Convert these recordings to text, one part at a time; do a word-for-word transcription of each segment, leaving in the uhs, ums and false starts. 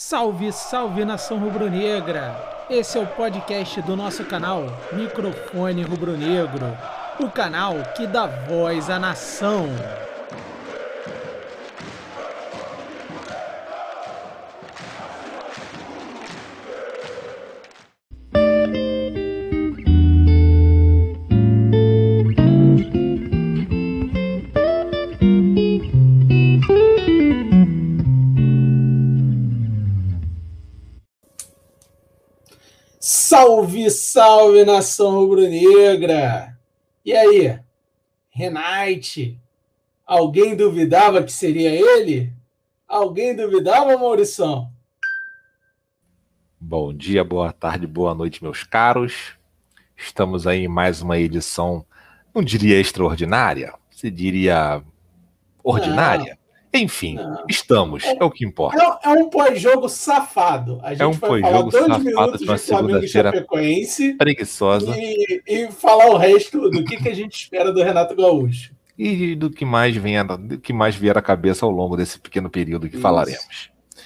Salve, salve nação rubro-negra! Esse é o podcast do nosso canal Microfone Rubro-Negro, o canal que dá voz à nação. Salve, salve, nação rubro-negra! E aí, Renate? Alguém duvidava que seria ele? Alguém duvidava, Maurição? Bom dia, boa tarde, boa noite, meus caros. Estamos aí em mais uma edição, não diria extraordinária, se diria ordinária. Não. Enfim, não. Estamos, é, é o que importa. É, é um pós-jogo safado. A gente é um vai falar dois minutos de, uma de Flamengo e Chapecoense preguiçosa e, e falar o resto do que, que a gente espera do Renato Gaúcho. E do que mais venha, do que mais vier à cabeça ao longo desse pequeno período que Isso. falaremos.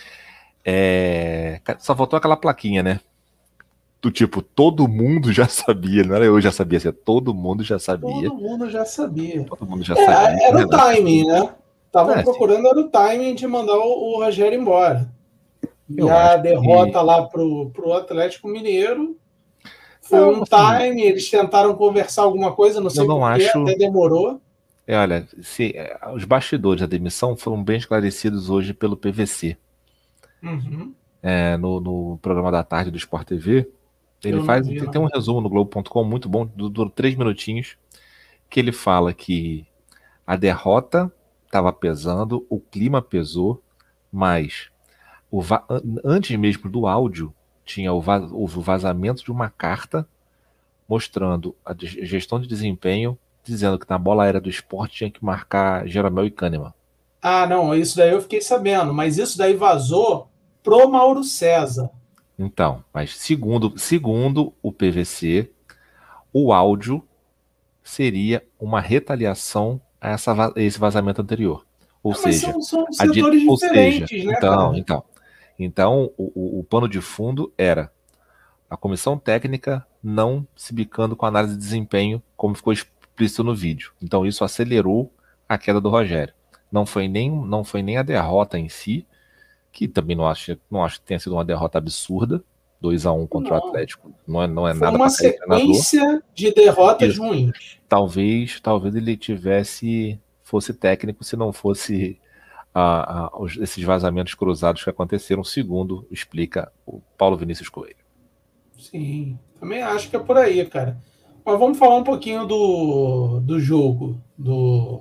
É... Só faltou aquela plaquinha, né? Do tipo, todo mundo já sabia, não era eu já sabia, assim, todo mundo já sabia. Todo mundo já sabia. Todo mundo já é, sabia. Era o timing, né? Estavam é, procurando era o timing de mandar o, o Rogério embora. E eu a derrota que... lá pro, pro Atlético Mineiro foi não, um assim, time, eles tentaram conversar alguma coisa, não sei porquê, acho... até demorou. É, olha, se, os bastidores da demissão foram bem esclarecidos hoje pelo P V C. Uhum. É, no, no programa da tarde do Sport T V, ele faz vi, tem um resumo no Globo ponto com muito bom, dura três minutinhos, que ele fala que a derrota estava pesando, o clima pesou, mas o va- antes mesmo do áudio tinha o, va- o vazamento de uma carta mostrando a gestão de desempenho, dizendo que na bola aérea do Sport tinha que marcar Jeromel e Kahneman. Ah, não, isso daí eu fiquei sabendo, mas isso daí vazou pro Mauro César. Então, mas segundo, segundo o P V C, o áudio seria uma retaliação a, essa, a esse vazamento anterior. Ou é, seja, são, são setores a, diferentes, seja, né, então, cara? Então, então o, o, o pano de fundo era a comissão técnica não se bicando com a análise de desempenho, como ficou explícito no vídeo. Então isso acelerou a queda do Rogério. Não foi nem, não foi nem a derrota em si, que também não acho, não acho que tenha sido uma derrota absurda, dois a um contra não. o Atlético. Não é, não é foi nada uma sequência de derrotas Isso. ruins. Talvez, talvez ele tivesse, fosse técnico se não fosse ah, ah, os, esses vazamentos cruzados que aconteceram, segundo explica o Paulo Vinícius Coelho. Sim, também acho que é por aí, cara. Mas vamos falar um pouquinho do, do jogo, do,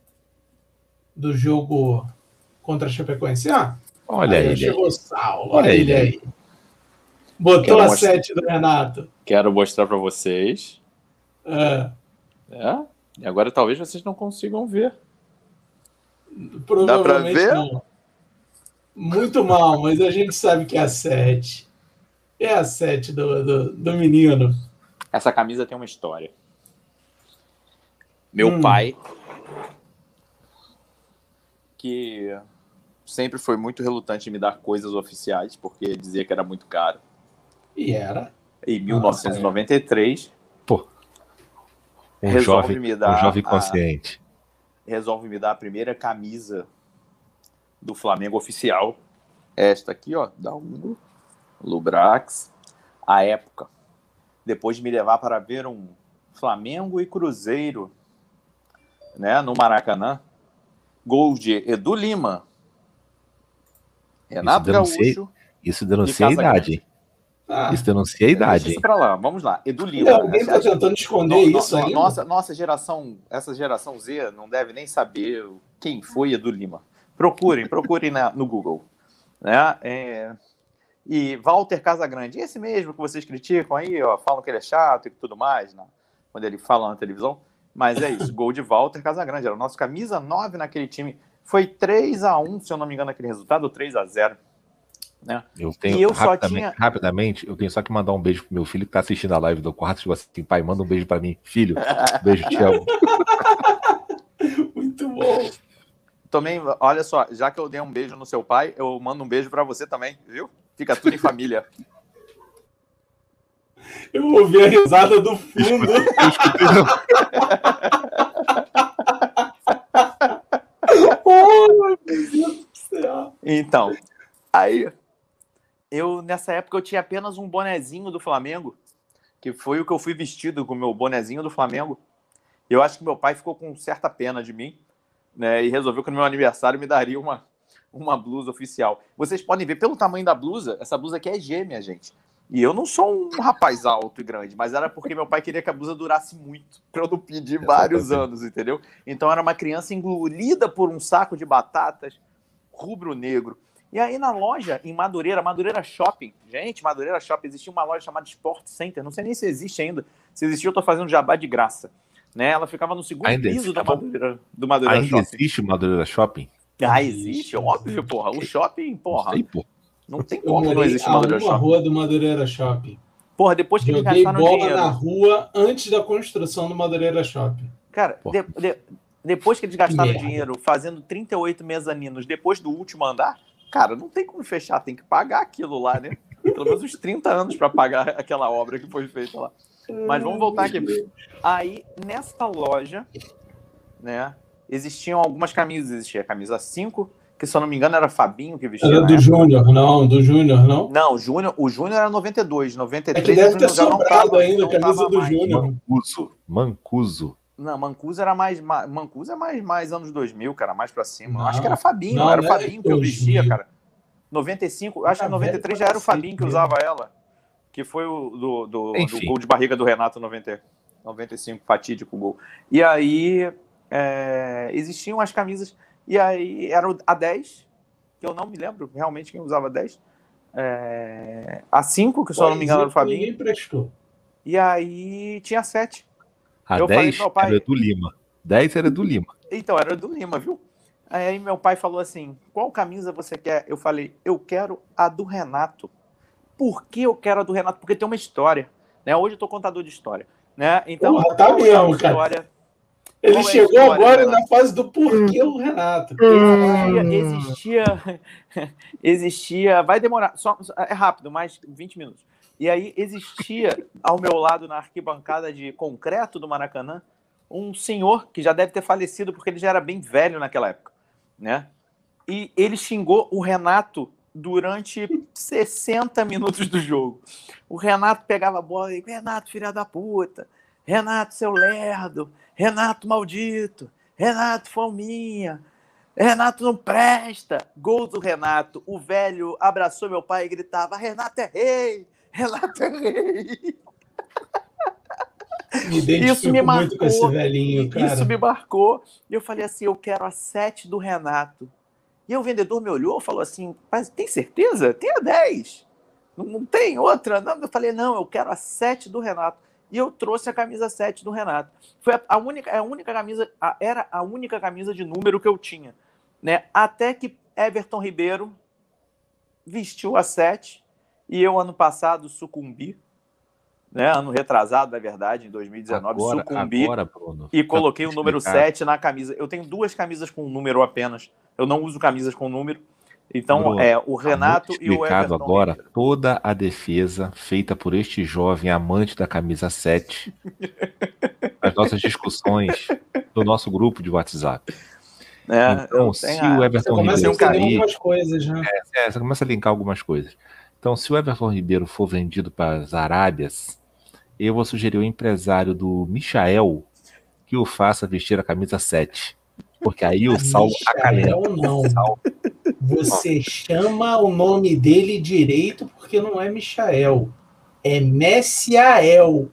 do jogo contra a Chapecoense. Ah, olha aí, ele chegou aí. o Saulo, olha olha ele aí. aí. Botou Quero a mostrar... sete do Renato. Quero mostrar para vocês. É. É. E agora talvez vocês não consigam ver. Provavelmente Dá pra ver? Não. Muito mal, mas a gente sabe que é a sete. É a sete do, do, do menino. Essa camisa tem uma história. Meu hum. pai, que sempre foi muito relutante em me dar coisas oficiais, porque dizia que era muito caro. E era. Em mil novecentos e noventa e três, Pô, um resolve jovem, me dar um jovem consciente. A, resolve me dar a primeira camisa do Flamengo oficial. Esta aqui, ó, da Uno, Lubrax, a época. Depois de me levar para ver um Flamengo e Cruzeiro, né, no Maracanã. Gol de Edu Lima, Renato Gaúcho. Isso denuncia a idade. Ah, isso denuncia a idade. Isso pra lá, vamos lá. Edu Lima. Não, alguém está tentando esconder no, isso no, aí. Nossa, nossa geração, essa geração Z não deve nem saber quem foi Edu Lima. Procurem, procurem na, no Google. Né? É, e Walter Casagrande, esse mesmo que vocês criticam aí, ó, falam que ele é chato e tudo mais, né? Quando ele fala na televisão. Mas é isso, gol de Walter Casagrande. Era o nosso camisa nove naquele time. Foi três a um, se eu não me engano, aquele resultado, três a zero. Né? Eu tenho, e eu rapidamente, só tinha... rapidamente, eu tenho só que mandar um beijo pro meu filho que tá assistindo a live do quarto. Tipo assim, pai, manda um beijo pra mim. Filho, beijo, te amo. Muito bom. também, olha só, já que eu dei um beijo no seu pai, eu mando um beijo pra você também, viu? Fica tudo em família. Eu ouvi a risada do fundo. Oh, meu Deus do céu. Então, aí, eu, nessa época, eu tinha apenas um bonezinho do Flamengo, que foi o que eu fui vestido com o meu bonezinho do Flamengo. Eu acho que meu pai ficou com certa pena de mim, né, e resolveu que no meu aniversário me daria uma, uma blusa oficial. Vocês podem ver pelo tamanho da blusa, essa blusa aqui é G, minha gente. E eu não sou um rapaz alto e grande, mas era porque meu pai queria que a blusa durasse muito, para eu não pedir vários anos, entendeu? Então era uma criança engolida por um saco de batatas rubro-negro. E aí na loja, em Madureira, Madureira Shopping, gente, Madureira Shopping, existia uma loja chamada Sport Center, não sei nem se existe ainda. Se existiu, eu tô fazendo jabá de graça. Né? Ela ficava no segundo ainda piso da tá Madureira, do Madureira ainda Shopping. Existe Madureira Shopping? Ah, existe, óbvio, porra. O shopping, porra. Não sei, porra. Não tem Eu como não existe a Madureira uma Shopping. rua do Madureira Shopping. Porra, depois que eles Joguei gastaram bola dinheiro. na rua antes da construção do Madureira Shopping. Cara, de, de, depois que eles gastaram Merda. dinheiro fazendo trinta e oito mezaninos depois do último andar, cara, não tem como fechar, tem que pagar aquilo lá, né? Pelo menos uns trinta anos para pagar aquela obra que foi feita lá. Mas vamos voltar aqui. Aí, nessa loja, né, existiam algumas camisas. Existia a camisa cinco, que se eu não me engano era Fabinho que vestia. Era do Júnior, não, do Júnior, não? Não, o Júnior, o Júnior era noventa e dois, noventa e três. É que deve ter já não sobrado tava, ainda a não camisa tava do mais. Júnior. Mancuso. Mancuso. Não, Mancuso era mais, mais Mancuso é mais, mais anos dois mil, cara, mais pra cima. Não, acho que era Fabinho, não, era o não é Fabinho que eu vestia, dois mil. cara. noventa e cinco, acho que Tá noventa e três já velho era o pra Fabinho que cacete usava ela, que foi o do, do, do Enfim. gol de barriga do Renato noventa, noventa e cinco, fatídico gol. E aí é, existiam as camisas, e aí era a dez, que eu não me lembro realmente quem usava dez, é, a cinco, que se eu não me engano era o Fabinho, Ninguém prestou. e aí tinha a sete. A Eu falei dez pro meu pai- era do Lima. dez era do Lima. Então, era do Lima, viu? Aí meu pai falou assim, qual camisa você quer? Eu falei, eu quero a do Renato. Por que eu quero a do Renato? Porque tem uma história. Né? Hoje eu tô contador de história. Né? Então, Porra, tá qual é a mesmo, cara. história? Ele Qual é a chegou história, agora Renato? na fase do porquê o Renato. Existia, existia, existia, vai demorar, só, é rápido, mais vinte minutos. E aí existia ao meu lado na arquibancada de concreto do Maracanã um senhor que já deve ter falecido porque ele já era bem velho naquela época, né? E ele xingou o Renato durante sessenta minutos do jogo. O Renato pegava a bola e Renato, filha da puta, Renato, seu lerdo, Renato maldito, Renato fominha, Renato não presta. Gol do Renato. O velho abraçou meu pai e gritava, Renato é rei, Renato é rei. Me identifico Isso me muito com esse marcou. velhinho, cara. Isso me marcou. E eu falei assim, eu quero a sete do Renato. E o vendedor me olhou e falou assim, mas tem certeza? Tem a dez. Não, não tem outra? Não. Eu falei, não, eu quero a sete do Renato. E eu trouxe a camisa sete do Renato. Foi a, a única, a única camisa, a, era a única camisa de número que eu tinha. Né? Até que Everton Ribeiro vestiu a sete e eu, ano passado, sucumbi. Né? Ano retrasado, na verdade, em dois mil e dezenove, Agora, sucumbi agora, Bruno, e coloquei o pra número explicar. sete na camisa. Eu tenho duas camisas com número apenas. Eu não uso camisas com número. Então, Bruno, é o Renato muito e o explicado Everton agora Ribeiro. toda a defesa feita por este jovem amante da camisa sete nas nossas discussões do nosso grupo de WhatsApp. É, Então, eu se tenho o a- Everton Você começa a Ribeiro entender cair, algumas coisas, né? é, você começa a linkar algumas coisas. Então, se o Everton Ribeiro for vendido para as Arábias, eu vou sugerir o empresário do Michael que o faça vestir a camisa sete. Porque aí o sal acalenta. Michael, não. Você chama o nome dele direito porque não é Michael. É Messiael.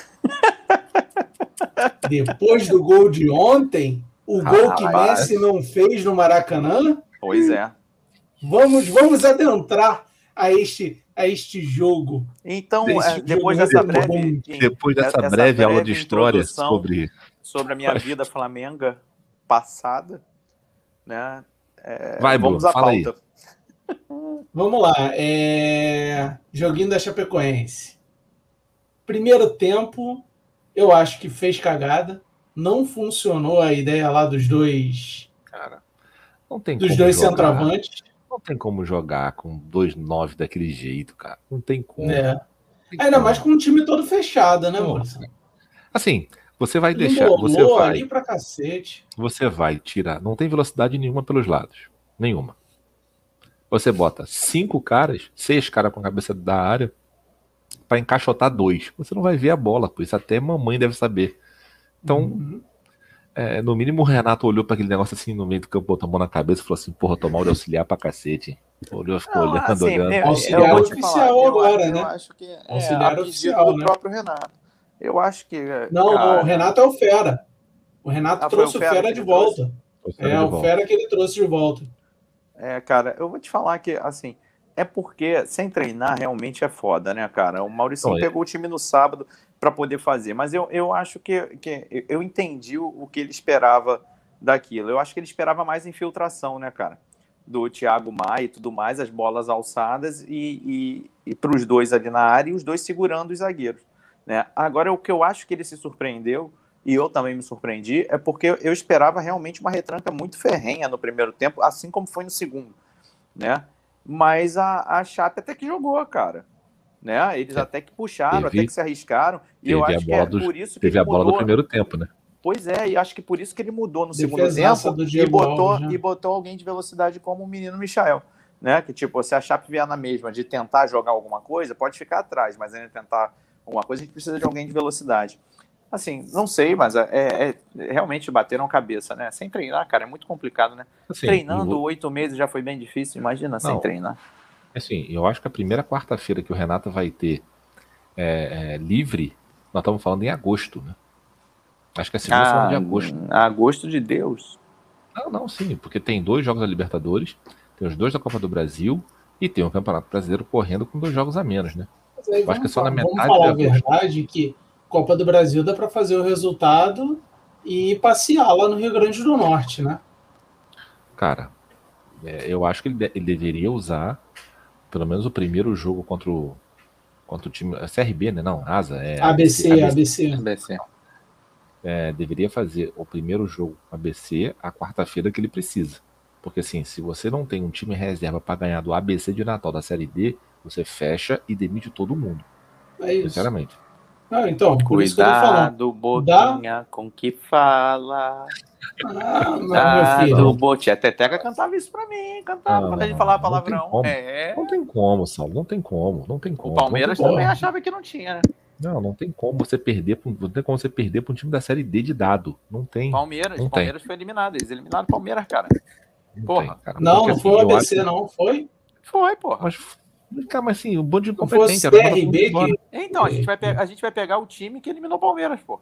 Depois do gol de ontem, o gol que Rapaz. Messi não fez no Maracanã, Pois é. vamos, vamos adentrar a este, a este jogo. Então, Desse é, depois jogo dessa muito breve, bom. Depois dessa essa breve aula de breve história introdução sobre. sobre a minha vida flamenga passada, né? É, Vai, vamos Bruno, à fala aí. pauta. Vamos lá. É... Joguinho da Chapecoense. Primeiro tempo, eu acho que fez cagada. Não funcionou a ideia lá dos dois. Cara, Não tem Dos como dois jogar. centroavantes. Não tem como jogar com dois nove daquele jeito, cara. Não tem como. É. Tem Ainda como. mais com um time todo fechado, né, Pô, Maurício? Assim, você vai deixar. Você Embolou vai, ali pra cacete. você vai tirar. Não tem velocidade nenhuma pelos lados. Nenhuma. Você bota cinco caras, seis caras com a cabeça da área, pra encaixotar dois. Você não vai ver a bola, pois isso até mamãe deve saber. Então, Uhum. é, no mínimo o Renato olhou pra aquele negócio assim no meio do campo, botou a mão na cabeça e falou assim: porra, tomar de auxiliar pra cacete. Olhou, ficou Não, olhando, assim, olhando. eu, Auxiliar eu vou te oficial falar, eu, agora, eu né? acho que é Auxiliar a pedido oficial, do né? próprio Renato. Eu acho que, Não, cara... não, o Renato é o Fera. O Renato Ah, foi o trouxe o Fera Fera que de ele trouxe? volta. Foi Fera É, de o volta. Fera que ele trouxe de volta. É, cara, eu vou te falar que, assim, é porque sem treinar realmente é foda, né, cara? O Mauricinho Não, é. pegou o time no sábado para poder fazer, mas eu, eu acho que, que eu entendi o, o que ele esperava daquilo. Eu acho que ele esperava mais infiltração, né, cara? Do Thiago Maia e tudo mais, as bolas alçadas e, e, e para os dois ali na área e os dois segurando os zagueiros, né? Agora, o que eu acho que ele se surpreendeu, e eu também me surpreendi, é porque eu esperava realmente uma retranca muito ferrenha no primeiro tempo, assim como foi no segundo, né? Mas a, a Chape até que jogou, cara, né? Eles até que puxaram, Teve- até que se arriscaram, e Teve eu a acho que bola é do, por isso que teve ele a bola mudou. do primeiro tempo, né? Pois é, e acho que por isso que ele mudou no segundo Defesaça tempo do e Diego botou, Alves, né? e botou alguém de velocidade como o menino Michael, né? Que tipo, se a Chape vier na mesma de tentar jogar alguma coisa, pode ficar atrás, mas ainda tentar alguma coisa, a gente precisa de alguém de velocidade. Assim, não sei, mas é, é- realmente bateram cabeça, né? Sem treinar, cara, é muito complicado, né? Assim, Treinando eu vou- oito meses já foi bem difícil, imagina sem Não. treinar. assim, eu acho que a primeira quarta-feira que o Renato vai ter é, é, livre, nós estamos falando em agosto, né? Acho que é a segunda semana de agosto. a gosto de Deus. Não, não, sim, porque tem dois jogos da Libertadores, tem os dois da Copa do Brasil e tem o Campeonato Brasileiro correndo com dois jogos a menos, né? Mas aí Eu acho que é vamos, só na fa- vamos metade falar de a agosto. verdade que Copa do Brasil dá para fazer o resultado e passear lá no Rio Grande do Norte, né? Cara, é, eu acho que ele, de- ele deveria usar pelo menos o primeiro jogo contra o, contra o time. é C R B, né? Não, Asa. É A B C, A B C. B C. É, deveria fazer o primeiro jogo com a A B C a quarta-feira que ele precisa. Porque assim, se você não tem um time reserva para ganhar do A B C de Natal da Série D, você fecha e demite todo mundo. É isso. Sinceramente. Ah, então, por isso que eu tô falando. Cuidado, boquinha, com que fala. Ah, não, meu Cuidado, filho. botinha. A Teteca cantava isso pra mim, cantava Não, quando a gente não, falava não tem palavrão. como. É. Não tem como, Saulo. Não tem como. Não tem como. O Palmeiras não tem também como. achava que não tinha, né? Não, não tem como você perder pra, um- não tem como você perder para um time da Série D de dado. Não tem. Palmeiras, Não tem. Palmeiras foi eliminado. Eles eliminaram o Palmeiras, cara. Não Porra. tem, cara. Não, Porque, não assim, foi o eu A B acho C, que- não. Foi? Foi, porra. Mas, cara, mas assim, um bando de Não foi o incompetente. era mandar C R todo B mundo embora. que. Então, a gente, vai pe- a gente vai pegar o time que eliminou o Palmeiras, pô.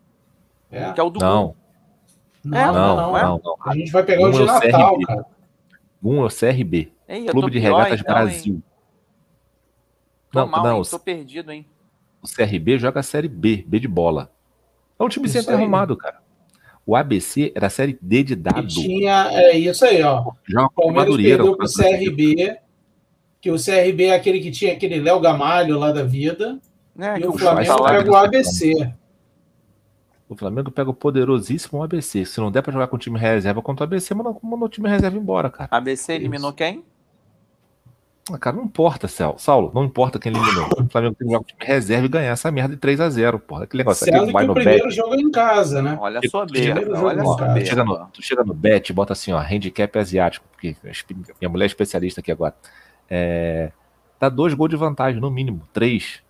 É. Que é o do Não, Não, É, não, não, não. não, não. A gente vai pegar Um o de é o C R B. Natal, cara. Um é o C R B. Ei, eu Clube tô de pior, Regatas então, Brasil. hein? Tô Não, mal, não, hein? Tô perdido, hein? o C R B joga a Série B, B de bola. É um time Isso sempre aí. arrumado, cara. O A B C era a Série D de E dado. tinha. É isso aí, ó. Joga O com o Palmeiras Madureira. perdeu o pro Campeonato C R Brasileiro. B, que o C R B é aquele que tinha aquele Léo Gamalho lá da vida. É, E que o o Flamengo salário pega o A B C. O Flamengo pega o poderosíssimo A B C. Se não der pra jogar com o time reserva contra o A B C, manda, manda o time reserva embora, cara. A B C eliminou Isso. quem? Ah, cara, não importa, Saulo. Saulo, não importa quem eliminou. O Flamengo tem que jogar com o time reserva e ganhar essa merda de três a zero, porra. Aquele negócio aqui Sendo vai que no o primeiro bet. jogo é em casa, né? Olha a Tipo, soberba, primeiro jogo olha a em casa. Tu chega, no, soberba. tu chega no bet, bota assim, ó, handicap asiático, porque minha mulher é especialista aqui agora. É, dá dois gols de vantagem, no mínimo, três.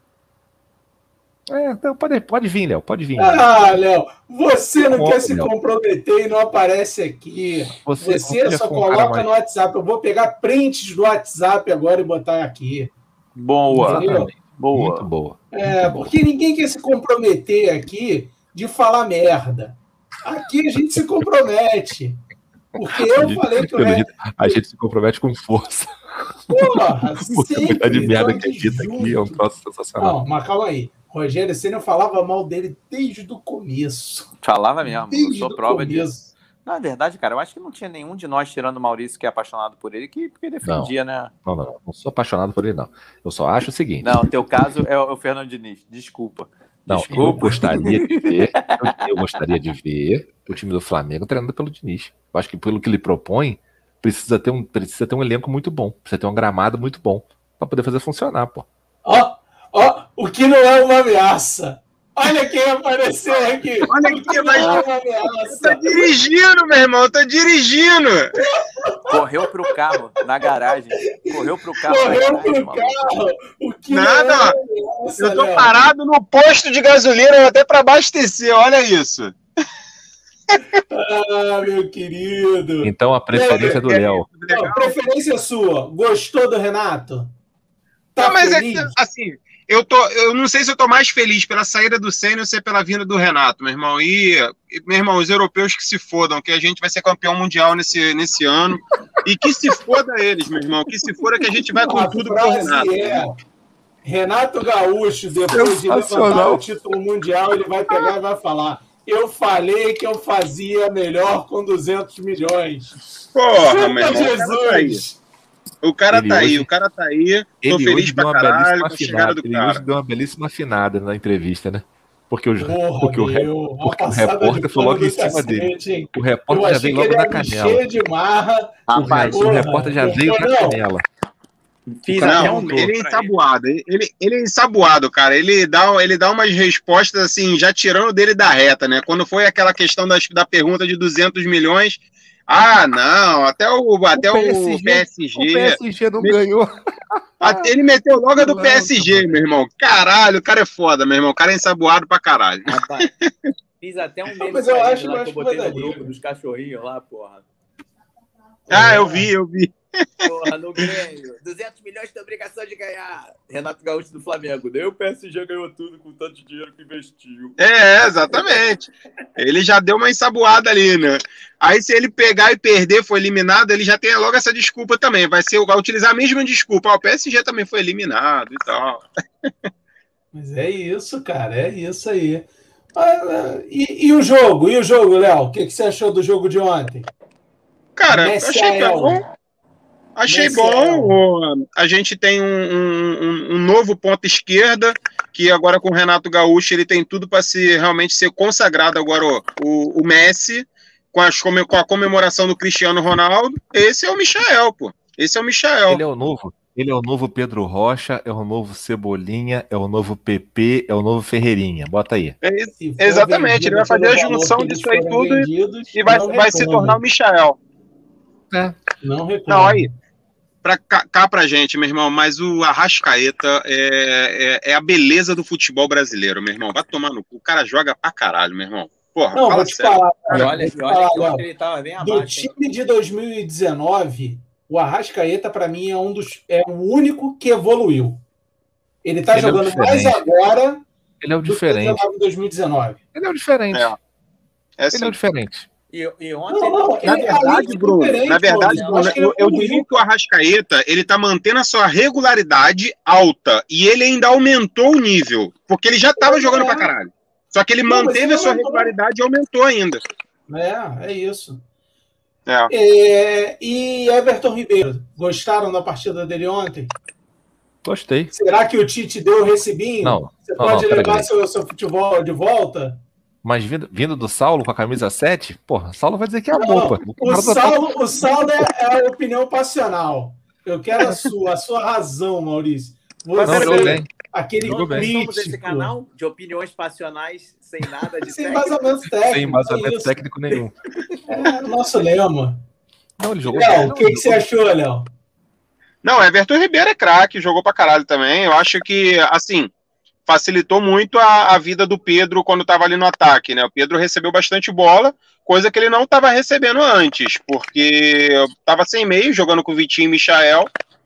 É, então pode, pode vir, Léo, pode vir. Ah, Léo, você não Como, quer se Léo? comprometer e não aparece aqui. Você, Você você só foi um cara coloca mais- no WhatsApp. Eu vou pegar prints do WhatsApp agora e botar aqui. Boa, Entendeu? boa. Muito boa. É, muito boa. porque ninguém quer se comprometer aqui de falar merda. Aqui a gente se compromete. Porque eu A gente- falei que o pelo Red... jeito, a gente se compromete com força. Porra, Porque a quantidade de sempre, merda estamos que é dita aqui é um juntos. troço sensacional. Não, mas calma aí. Rogério Ceni, eu falava mal dele desde o começo. Falava mesmo, eu Desde sou o prova disso. começo. Na verdade, cara, eu acho que não tinha nenhum de nós, tirando o Maurício, que é apaixonado por ele, que, que defendia, né? Não, não, não sou apaixonado por ele, não. Eu só acho o seguinte. Não, teu caso é o Fernando Diniz. Desculpa. Não, eu Desculpa. gostaria de ver, eu, eu gostaria de ver o time do Flamengo treinado pelo Diniz. Eu acho que pelo que ele propõe, precisa ter um, precisa ter um elenco muito bom, precisa ter um gramado muito bom para poder fazer funcionar, pô. Ó, ó, o que não é uma ameaça. Olha quem apareceu aqui. Olha aqui, mas tá dirigindo, meu irmão, tá dirigindo. Correu pro carro na garagem. Correu pro carro. Correu garagem, pro maluco. carro. O que Nada, não é ó. ameaça, Eu tô Léo. parado no posto de gasolina até pra abastecer, olha isso. Ah, meu querido. Então a preferência é do Léo. Não, preferência sua. Gostou do Renato? Tá Não, mas feliz? é que, assim, eu, tô, eu não sei se eu tô mais feliz pela saída do Senna ou se é pela vinda do Renato, meu irmão. E, meu irmão, os europeus que se fodam, que a gente vai ser campeão mundial nesse, nesse ano. E que se foda eles, meu irmão. Que se foda que a gente vai com A tudo pro frase Renato. é: Renato Gaúcho, depois de levantar o título mundial, ele vai pegar e vai falar: eu falei que eu fazia melhor com duzentos milhões. Porra, meu Chupa irmão. Jesus! O cara Ele tá aí, hoje- o cara tá aí. Tô Ele feliz hoje deu pra uma caralho belíssima com a chegada afinada. do Ele cara. hoje deu uma belíssima afinada na entrevista, né? Porque, os, Porra, porque, o, re- meu, uma porque o passada repórter de foi logo pano em do cima dele. cacete, hein? O Eu repórter já achei veio que logo ele na ia me canela. encher de marra. O, re- Rapaz, o porra, repórter já eu- veio na não. canela. fiz cara até Não, um perguntou. ele é pra ensaboado. Ele, ele é ensaboado, cara. Ele dá, ele dá umas respostas, assim, já tirando dele da reta, né? Quando foi aquela questão das, da pergunta de duzentos milhões, ah, não, até o, até o P S G. O P S G não Me- ganhou. Até ele meteu logo a do Não, P S G, tá bom. meu irmão. Caralho, o cara é foda, meu irmão. O cara é ensaboado pra caralho. Rapaz, fiz até um meme Mas eu pra acho- ele eu lá acho que eu que botei vai no dar grupo liga. dos cachorrinhos lá, porra. Ah, eu vi, eu vi. Porra, no Grêmio. duzentos milhões de obrigação de ganhar. Renato Gaúcho do Flamengo. Nem o P S G ganhou tudo com tanto dinheiro que investiu. É, exatamente. Ele já deu uma ensaboada ali, né? Aí, se ele pegar e perder, foi eliminado, ele já tem logo essa desculpa também. Vai ser, vai utilizar a mesma desculpa. Ah, o P S G também foi eliminado e tal. Mas é isso, cara, é isso aí. Ah, E, e o jogo? E o jogo, Léo? O que, que você achou do jogo de ontem? Cara, Messi achei Ael. bom. Achei Messi bom. A gente tem um, um, um novo ponta esquerda, que agora com o Renato Gaúcho ele tem tudo para se, realmente ser consagrado agora o, o, o Messi, com, as, com a comemoração do Cristiano Ronaldo. Esse é o Michael, pô. Esse é o Michael. Ele é o novo. Ele é o novo Pedro Rocha, é o novo Cebolinha, é o novo P P, é o novo Ferreirinha. Bota aí. É isso. Se for Exatamente, ele vai fazer a vendido pelo junção valor que disso eles aí foram tudo e- vendidos, E vai, não vai se reclame. tornar o Michael. É. Não reclame. Não, aí, pra cá, cá pra gente, meu irmão, mas o Arrascaeta é, é, é a beleza do futebol brasileiro, meu irmão. Vai tomar no cu. O cara joga pra caralho, meu irmão. Porra, Não, fala vou te sério. falar. E cara, olha, vou te e olha falar, que Léo. ontem ele tava bem Do abaixo. hein? time de dois mil e dezenove, o Arrascaeta, para mim, é um dos é o único que evoluiu. Ele tá Ele é o jogando mais diferente. agora Ele é o do que diferente. jogava em dois mil e dezenove. Ele é o diferente. É. É Ele é o assim. diferente. E, e ontem. Não, não, Na ele- verdade, além de Bruno, diferente, na verdade, Maurício, eu Bruno, acho que ele eu, eu evoluiu. diria que o Arrascaeta, ele tá mantendo a sua regularidade alta e ele ainda aumentou o nível, porque ele já tava É. jogando pra caralho. Só que ele Não, mas manteve ele a sua aumentou. regularidade e aumentou ainda. É, é isso. É. É, e Everton Ribeiro, gostaram da partida dele ontem? Gostei. Será que o Tite deu o recibinho? Não, Você não, pode não, peraí, levar peraí. seu, seu futebol de volta? Mas vindo, vindo do Saulo com a camisa sete, porra, Saulo vai dizer que é amor, pô. Não, o Saulo, o Saulo é, é a opinião passional. Eu quero a sua, a sua razão, Maurício. Você, Não, jogou bem. aquele Jogou Nós bem. somos esse crítico, canal de opiniões passionais sem nada de sem técnico. embasamento técnico. Sem embasamento é isso. técnico nenhum. É o nosso lema. Não, ele jogou Léo, bem. o que, que você achou, Léo? Não, Everton Ribeiro é craque, jogou pra caralho também. Eu acho que, assim, facilitou muito a, a vida do Pedro quando estava ali no ataque, né? O Pedro recebeu bastante bola, coisa que ele não estava recebendo antes, porque estava sem meio, jogando com o Vitinho e Michael,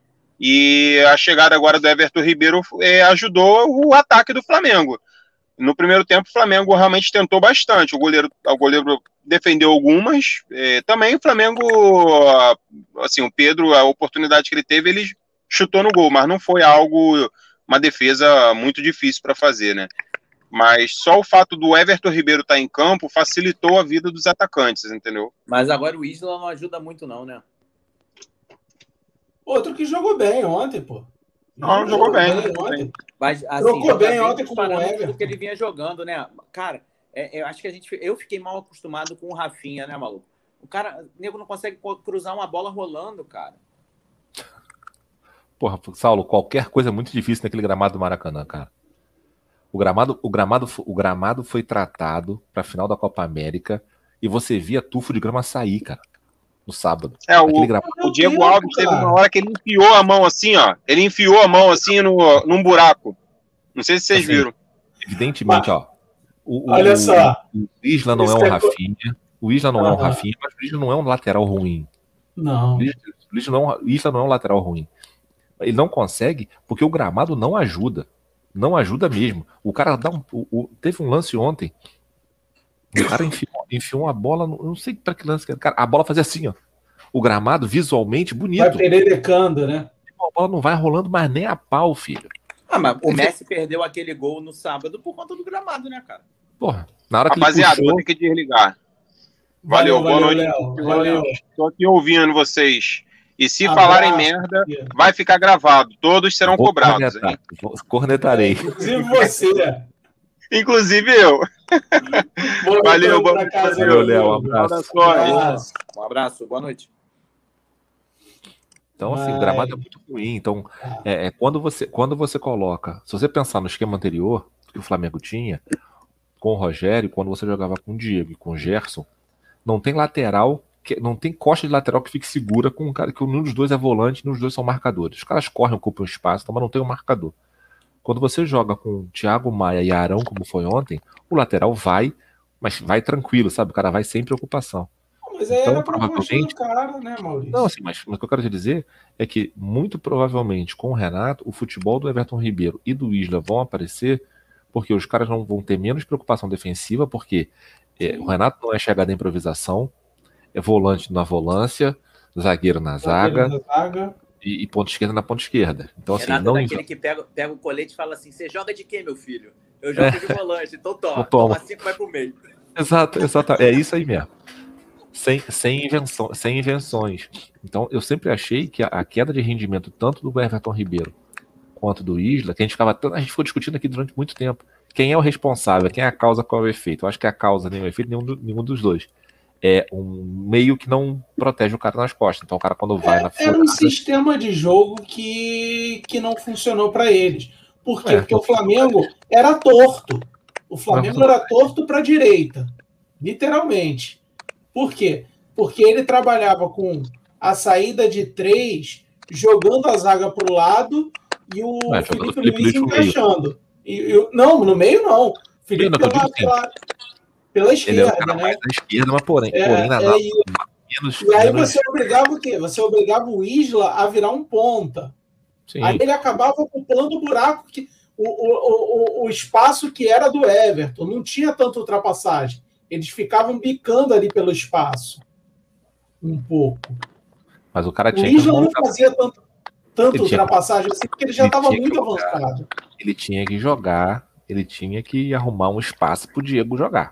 e a chegada agora do Everton Ribeiro é, ajudou o ataque do Flamengo. No primeiro tempo, o Flamengo realmente tentou bastante. O goleiro, o goleiro defendeu algumas. É, também o Flamengo, assim, o Pedro, a oportunidade que ele teve, ele chutou no gol, mas não foi algo, uma defesa muito difícil para fazer, né? Mas só o fato do Everton Ribeiro estar em campo facilitou a vida dos atacantes, entendeu? Mas agora o Isla não ajuda muito, não, né? Outro que jogou bem ontem, pô. Não, jogou bem, jogou ontem. bem. Mas, assim, Trocou joga bem ontem com com o parâmetro Everton. do que ele vinha jogando, né? Cara, É, eu acho que a gente, eu fiquei mal acostumado com o Rafinha, né, maluco? O cara, o nego não consegue cruzar uma bola rolando, cara. Porra, Saulo, qualquer coisa é muito difícil naquele gramado do Maracanã, cara. O gramado, o gramado, o gramado foi tratado pra final da Copa América e você via tufo de grama sair, cara, no sábado. É, o, gramado... o Diego Alves teve uma hora que ele enfiou a mão assim, ó. Ele enfiou a mão assim no, num buraco. Não sei se vocês assim, viram. Evidentemente, ó. O, Olha o, só. O Isla não é um Rafinha. O Isla não ah. é um Rafinha, mas o Isla não é um lateral ruim. Não. O Isla não, o Isla não é um lateral ruim. Ele não consegue porque o gramado não ajuda. Não ajuda mesmo. O cara dá um. O, o, teve um lance ontem. O cara enfiou, enfiou uma bola. No, não sei pra que lance. Cara, a bola fazia assim, ó. O gramado visualmente bonito. Vai pererecando, né? A bola não vai rolando mais nem a pau, filho. Ah, mas o Messi perdeu aquele gol no sábado por conta do gramado, né, cara? Porra, na hora que Rapaziada, ele puxou... vou ter que desligar. Valeu, valeu boa valeu, noite. Léo, valeu. Estou aqui ouvindo vocês. E se Abraço, falarem merda, filho. vai ficar gravado. Todos serão Vou cobrados. Cornetar. Hein? Vou, cornetarei. Inclusive você. Inclusive eu. Boa valeu, boa noite. Casa, valeu, Léo. Um abraço. Um abraço. Um abraço, boa noite. Então, assim, Vai. o gramado é muito ruim. Então, é, é, quando, você, quando você coloca... Se você pensar no esquema anterior que o Flamengo tinha, com o Rogério, quando você jogava com o Diego e com o Gerson, não tem lateral, que, não tem costa de lateral que fique segura com um cara que nenhum dos dois é volante, nenhum dos dois são marcadores. Os caras correm, ocupam o espaço, mas não tem um marcador. Quando você joga com Thiago Maia e Arão, como foi ontem, o lateral vai, mas vai tranquilo, sabe? O cara vai sem preocupação. Mas aí Então, era pra provavelmente... do cara, né, Maurício? Não, assim, mas, mas o que eu quero te dizer é que, muito provavelmente, com o Renato, o futebol do Everton Ribeiro e do Isla vão aparecer porque os caras não vão ter menos preocupação defensiva, porque é, o Renato não é chegada em improvisação, é volante na volância, zagueiro na zaga, zagueiro na zaga. E, e ponta esquerda na ponta esquerda. Então, assim, Renato não... é daquele que pega, pega o colete e fala assim, você joga de quê, meu filho? Eu jogo é. de volante, então toma, toma cinco, vai pro meio. Exato, exato, é isso aí mesmo. Sem, sem, invenção, sem invenções. Então, eu sempre achei que a, a queda de rendimento, tanto do Everton Ribeiro quanto do Isla, que a gente ficava a gente ficou discutindo aqui durante muito tempo. Quem é o responsável? Quem é a causa? Qual é o efeito? Eu acho que a causa nem o efeito, nenhum, do, nenhum dos dois. É um meio que não protege o cara nas costas. Então, o cara, quando vai é, na Era um sistema de jogo que, que não funcionou para eles. Por quê? É, Porque o Flamengo era torto. O Flamengo era torto para a direita. Literalmente. Por quê? Porque ele trabalhava com a saída de três, jogando a zaga para o lado e o é, Felipe, Felipe Luiz encaixando. E, e, não, no meio não. Felipe não, pela, pela, pela esquerda. Ele é o cara né? mais da esquerda, mas porém, é, porém na, é, na, e, menos, e aí menos... você obrigava o quê? Você obrigava o Isla a virar um ponta. Sim. Aí ele acabava ocupando o buraco, que, o, o, o, o espaço que era do Everton. Não tinha tanta ultrapassagem. Eles ficavam bicando ali pelo espaço. Um pouco. Mas o cara tinha o Isla que... não fazia tanto, tanto ultrapassagem assim, porque ele já estava muito avançado. Ele tinha que jogar, ele tinha que arrumar um espaço para o Diego jogar.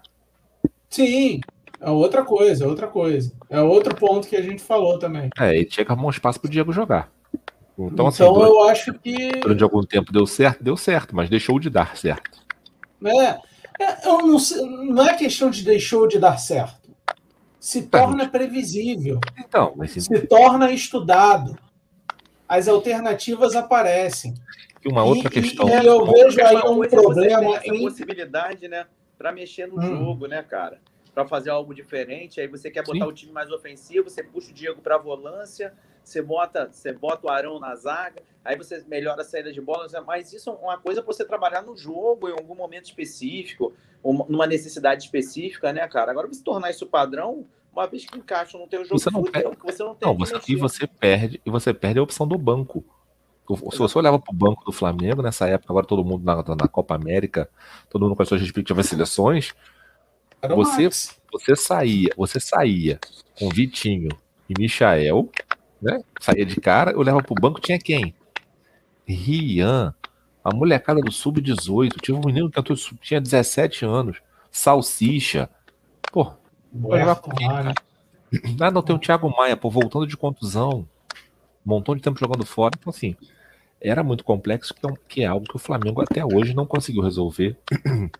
Sim, é outra coisa, é outra coisa. É outro ponto que a gente falou também. É, ele tinha que arrumar um espaço para o Diego jogar. Então, então assim, durante, eu acho que... Durante algum tempo deu certo, deu certo, mas deixou de dar certo. É, eu não, sei, não é questão de deixou de dar certo. Se torna previsível. Então, mas... Se torna estudado. As alternativas aparecem. E uma outra e, questão. E eu vejo aí um problema em possibilidade, né, para mexer no hum. jogo, né, cara? Para fazer algo diferente. Aí você quer botar Sim. o time mais ofensivo, você puxa o Diego para a volância, você bota, você bota o Arão na zaga, aí você melhora a saída de bola. Mas isso é uma coisa para você trabalhar no jogo, em algum momento específico, numa necessidade específica, né, cara? Agora, você tornar isso padrão, uma vez que encaixa no teu jogo, você não, fudeu, perde, você não tem não, você, e você perde, e você perde a opção do banco. Se você olhava para o banco do Flamengo nessa época, agora todo mundo na, na Copa América, todo mundo com as suas respectivas seleções, você, você saía, você saía com Vitinho e Michael, né? Saía de cara, eu olhava para o banco, tinha quem? Rian, a molecada do sub dezoito, tinha um menino que tinha dezessete anos, Salsicha, pô, vai jogar com quem, cara? Ah, não, tem o Thiago Maia, pô, voltando de contusão, um montão de tempo jogando fora, então assim, era muito complexo, que é algo que o Flamengo até hoje não conseguiu resolver,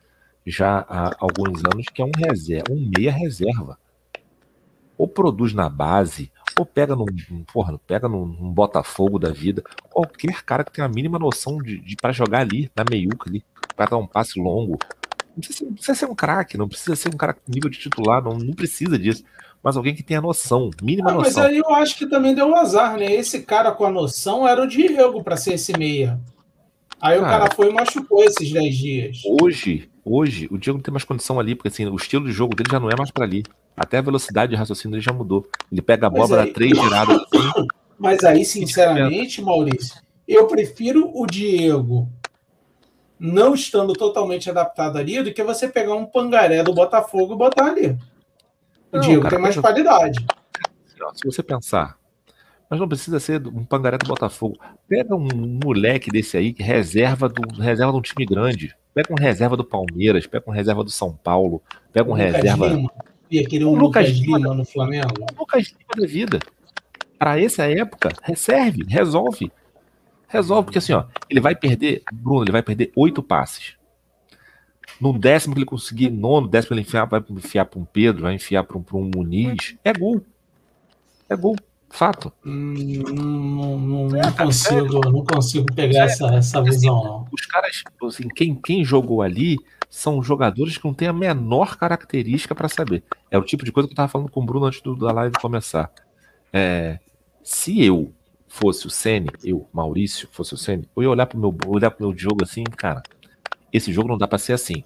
já há alguns anos que é um, reserva, um meia reserva. Ou produz na base, ou pega num, porra, pega num, num Botafogo da vida. Qualquer cara que tenha a mínima noção de, de para jogar ali, na meiuca ali, para dar um passe longo. Não precisa ser, não precisa ser um craque, não precisa ser um cara com nível de titular, não, não precisa disso. Mas alguém que tenha noção, mínima ah, noção. Mas aí eu acho que também deu um azar, né? Esse cara com a noção era o Diego para ser esse meia. Aí cara, o cara foi e machucou esses dez dias. Hoje, hoje, o Diego não tem mais condição ali, porque assim, o estilo de jogo dele já não é mais para ali. Até a velocidade de raciocínio dele já mudou. Ele pega a bola, dá três giradas assim. Mas aí, sinceramente, Maurício, eu prefiro o Diego não estando totalmente adaptado ali do que você pegar um Pangaré do Botafogo e botar ali. O não, Diego cara, tem mais qualidade. Se você pensar, mas não precisa ser um Pangaré do Botafogo. Pega um moleque desse aí que reserva do reserva de um time grande. Pega um reserva do Palmeiras, pega um reserva do São Paulo, pega um o reserva. Lima. Ia querer um o Lucas, Lucas Lima, Lima no Flamengo. O Lucas Lima da vida. Para essa época, serve, resolve. Resolve, porque assim, ó, ele vai perder, Bruno, ele vai perder oito passes. No décimo que ele conseguir, nono, décimo ele enfiar, vai enfiar para um Pedro, vai enfiar para um, um Muniz. É gol. É gol. Fato. Hum, não, não, não, consigo, não consigo pegar essa, essa visão, assim, não. Os caras, assim, quem, quem jogou ali são jogadores que não têm a menor característica para saber. É o tipo de coisa que eu estava falando com o Bruno antes do, da live começar. É, se eu fosse o Ceni, eu, Maurício, fosse o Ceni, eu ia olhar pro meu, olhar pro meu jogo assim, cara, esse jogo não dá para ser assim.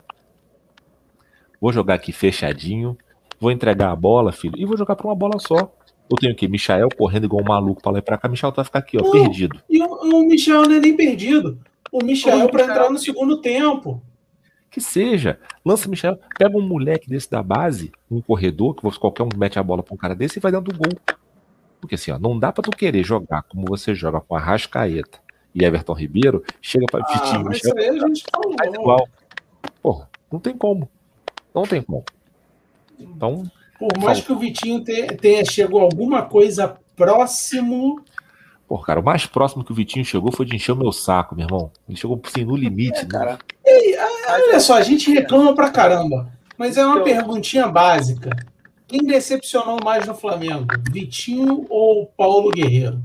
Vou jogar aqui fechadinho, vou entregar a bola, filho, e vou jogar para uma bola só. Eu tenho aqui, Michael correndo igual um maluco pra lá e pra cá. Michael vai ficar aqui, ó, não, perdido. E o, o Michael não é nem perdido. O Michael é pra entrar no segundo tempo. Que seja. Lança o Michael. Pega um moleque desse da base, um corredor, que qualquer um mete a bola pra um cara desse e vai dentro do gol. Porque assim, ó, não dá pra tu querer jogar como você joga com a Arrascaeta e Everton Ribeiro, chega pra ah, Vitinho, mas Michael, aí a gente falou. faz igual. Porra, não tem como. Não tem como. Então... Por mais que o Vitinho tenha, tenha chegou alguma coisa próximo. Pô, cara, o mais próximo que o Vitinho chegou foi de encher o meu saco, meu irmão. Ele chegou assim, no limite. É, cara. E, olha só, a gente reclama pra caramba. Mas é uma perguntinha básica. Quem decepcionou mais no Flamengo? Vitinho ou Paulo Guerreiro?